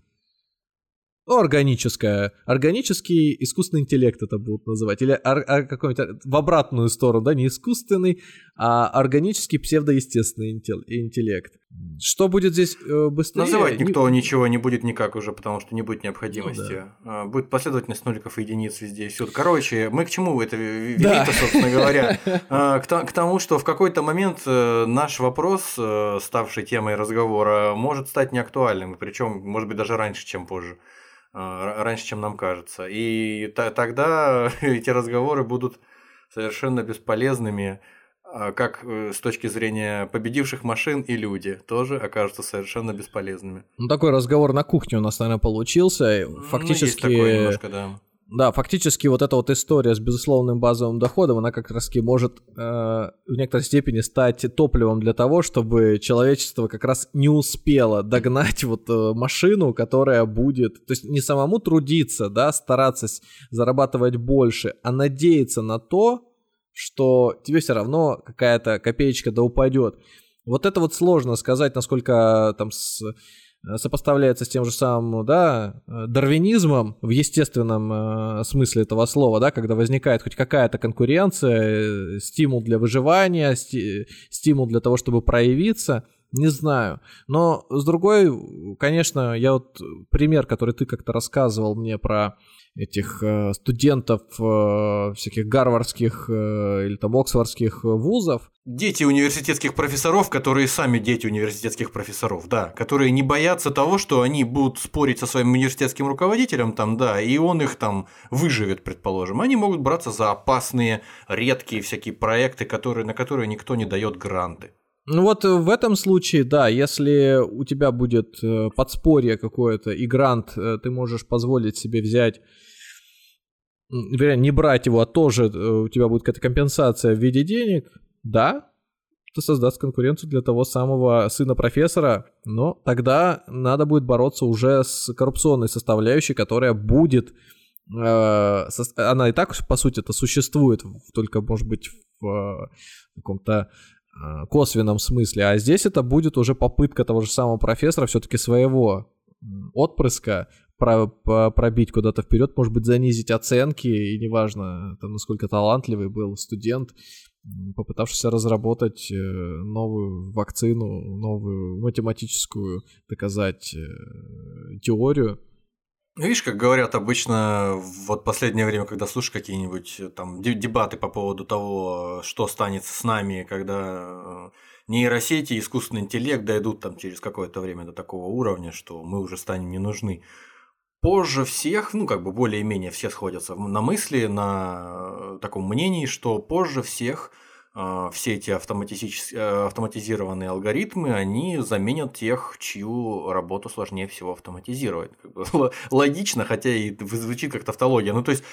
Ну, органическая. Органический искусственный интеллект это будут называть. Или ар- ар- какой-нибудь в обратную сторону, да, не искусственный, а органический псевдоестественный интеллект. Что будет здесь э, быстрее? Называть никто не... ничего не будет никак уже, потому что не будет необходимости. Ну, да. Будет последовательность нуликов и единиц везде и всюду. Короче, мы к чему это вели-то, да. собственно говоря? К тому, что в какой-то момент наш вопрос, ставший темой разговора, может стать неактуальным. Причем, может быть, даже раньше, чем позже. Раньше, чем нам кажется. И т- тогда эти разговоры будут совершенно бесполезными, как с точки зрения победивших машин, и люди тоже окажутся совершенно бесполезными. Ну, такой разговор на кухне у нас, наверное, получился. Фактически... Ну, есть такое немножко, да. Да, фактически вот эта вот история с безусловным базовым доходом, она как раз-таки может э, в некоторой степени стать топливом для того, чтобы человечество как раз не успело догнать вот э, машину, которая будет, то есть не самому трудиться, да, стараться зарабатывать больше, а надеяться на то, что тебе все равно какая-то копеечка да упадет. Вот это вот сложно сказать, насколько там с... сопоставляется с тем же самым, да, дарвинизмом в естественном э, смысле этого слова, да, когда возникает хоть какая-то конкуренция, э, стимул для выживания, сти- стимул для того, чтобы проявиться, не знаю. Но с другой, конечно, я вот пример, который ты как-то рассказывал мне про этих э, студентов э, всяких гарвардских э, или там оксфордских вузов. Дети университетских профессоров, которые сами дети университетских профессоров, да, которые не боятся того, что они будут спорить со своим университетским руководителем, там, да, и он их там выживет, предположим. Они могут браться за опасные, редкие всякие проекты, которые, на которые никто не дает гранты. Ну вот в этом случае, да, если у тебя будет подспорье какое-то и грант, ты можешь позволить себе взять, вернее, не брать его, а тоже у тебя будет какая-то компенсация в виде денег, да, это создаст конкуренцию для того самого сына профессора, но тогда надо будет бороться уже с коррупционной составляющей, которая будет, э, со, она и так, по сути, это существует, только, может быть, в э, каком-то косвенном смысле, а здесь это будет уже попытка того же самого профессора все-таки своего отпрыска про, про, пробить куда-то вперед, может быть, занизить оценки, и неважно, там, насколько талантливый был студент, попытавшийся разработать новую вакцину, новую математическую, доказать теорию. Видишь, как говорят обычно, вот последнее время, когда слушаешь какие-нибудь там дебаты по поводу того, что станет с нами, когда нейросети, искусственный интеллект дойдут там через какое-то время до такого уровня, что мы уже станем не нужны. Позже всех, ну как бы более-менее все сходятся на мысли, на таком мнении, что позже всех все эти автоматизированные алгоритмы, они заменят тех, чью работу сложнее всего автоматизировать. Как бы логично, хотя и звучит как тавтология. Ну, то есть,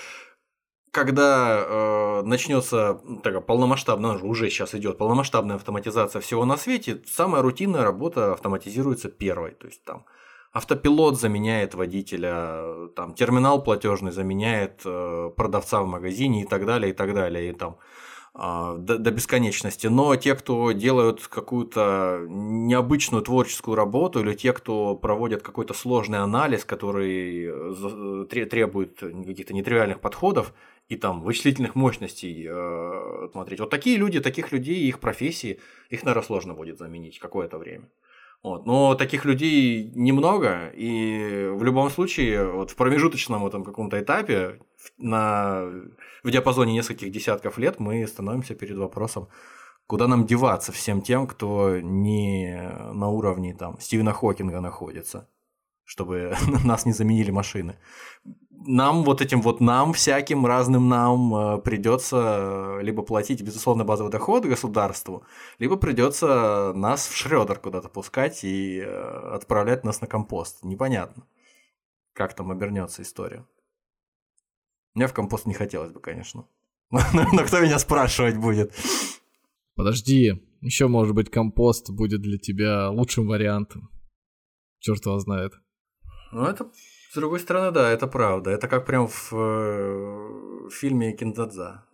когда э, начнется такая полномасштабная, уже сейчас идет полномасштабная автоматизация всего на свете, самая рутинная работа автоматизируется первой. То есть, там автопилот заменяет водителя, там терминал платежный заменяет э, продавца в магазине и так далее, и так далее. И там До, до бесконечности, но те, кто делают какую-то необычную творческую работу, или те, кто проводят какой-то сложный анализ, который требует каких-то нетривиальных подходов и там вычислительных мощностей, э, смотреть. Вот такие люди, таких людей, их профессии, их, наверное, сложно будет заменить какое-то время. Вот. Но таких людей немного, и в любом случае вот в промежуточном этом каком-то этапе на, в диапазоне нескольких десятков лет мы становимся перед вопросом, куда нам деваться всем тем, кто не на уровне там, Стивена Хокинга находится, чтобы нас не заменили машины. Нам, вот этим вот нам, всяким разным нам придется либо платить, безусловно, базовый доход государству, либо придется нас в Шрёдер куда-то пускать и отправлять нас на компост. Непонятно, как там обернется история. Мне в компост не хотелось бы, конечно. Но кто меня спрашивать будет? Подожди, еще, может быть, компост будет для тебя лучшим вариантом. Черт его знает. Ну, это... С другой стороны, да, это правда. Это как прям в, в фильме Киндзадза.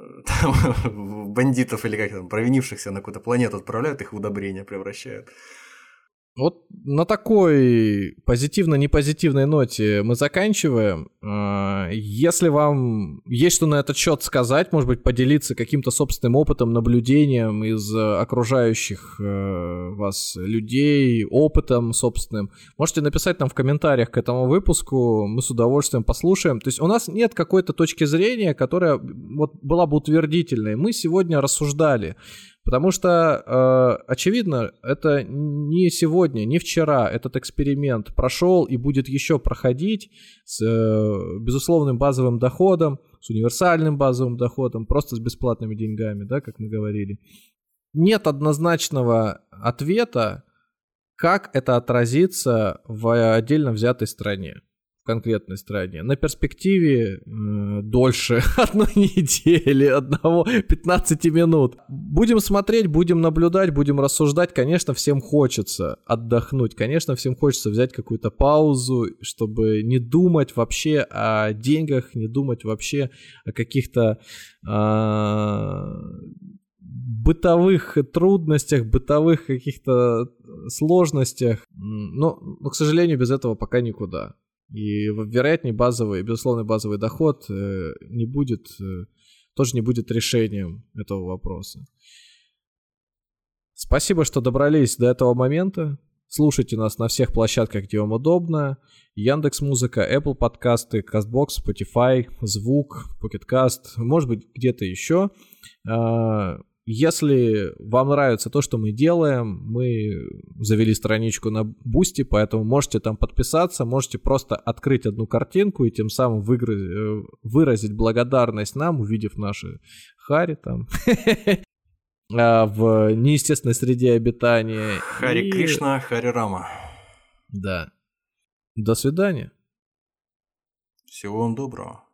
Там бандитов или как там, провинившихся на какую-то планету отправляют, их в удобрения превращают. Вот на такой позитивно-непозитивной ноте мы заканчиваем. Если вам есть что на этот счет сказать, может быть, поделиться каким-то собственным опытом, наблюдением из окружающих вас людей, опытом собственным, можете написать нам в комментариях к этому выпуску, мы с удовольствием послушаем. То есть у нас нет какой-то точки зрения, которая вот была бы утвердительной. Мы сегодня рассуждали. Потому что, э, очевидно, это не сегодня, не вчера этот эксперимент прошел и будет еще проходить с э, безусловным базовым доходом, с универсальным базовым доходом, просто с бесплатными деньгами, да, как мы говорили. Нет однозначного ответа, как это отразится в отдельно взятой стране. Конкретной стране. На перспективе э, дольше одной недели, одного пятнадцати минут. Будем смотреть, будем наблюдать, будем рассуждать. Конечно, всем хочется отдохнуть. Конечно, всем хочется взять какую-то паузу, чтобы не думать вообще о деньгах, не думать вообще о каких-то э, бытовых трудностях, бытовых каких-то сложностях. Но, но, к сожалению, без этого пока никуда. И, вероятнее, базовый, безусловно, базовый доход не будет, тоже не будет решением этого вопроса. Спасибо, что добрались до этого момента. Слушайте нас на всех площадках, где вам удобно. Яндекс.Музыка, Apple подкасты, Castbox, Spotify, Звук, Pocket Cast, может быть, где-то еще. Если вам нравится то, что мы делаем, мы завели страничку на Boosty, поэтому можете там подписаться, можете просто открыть одну картинку и тем самым выгра- выразить благодарность нам, увидев наши хари там в неестественной среде обитания. Хари Кришна, Хари Рама. Да. До свидания. Всего вам доброго.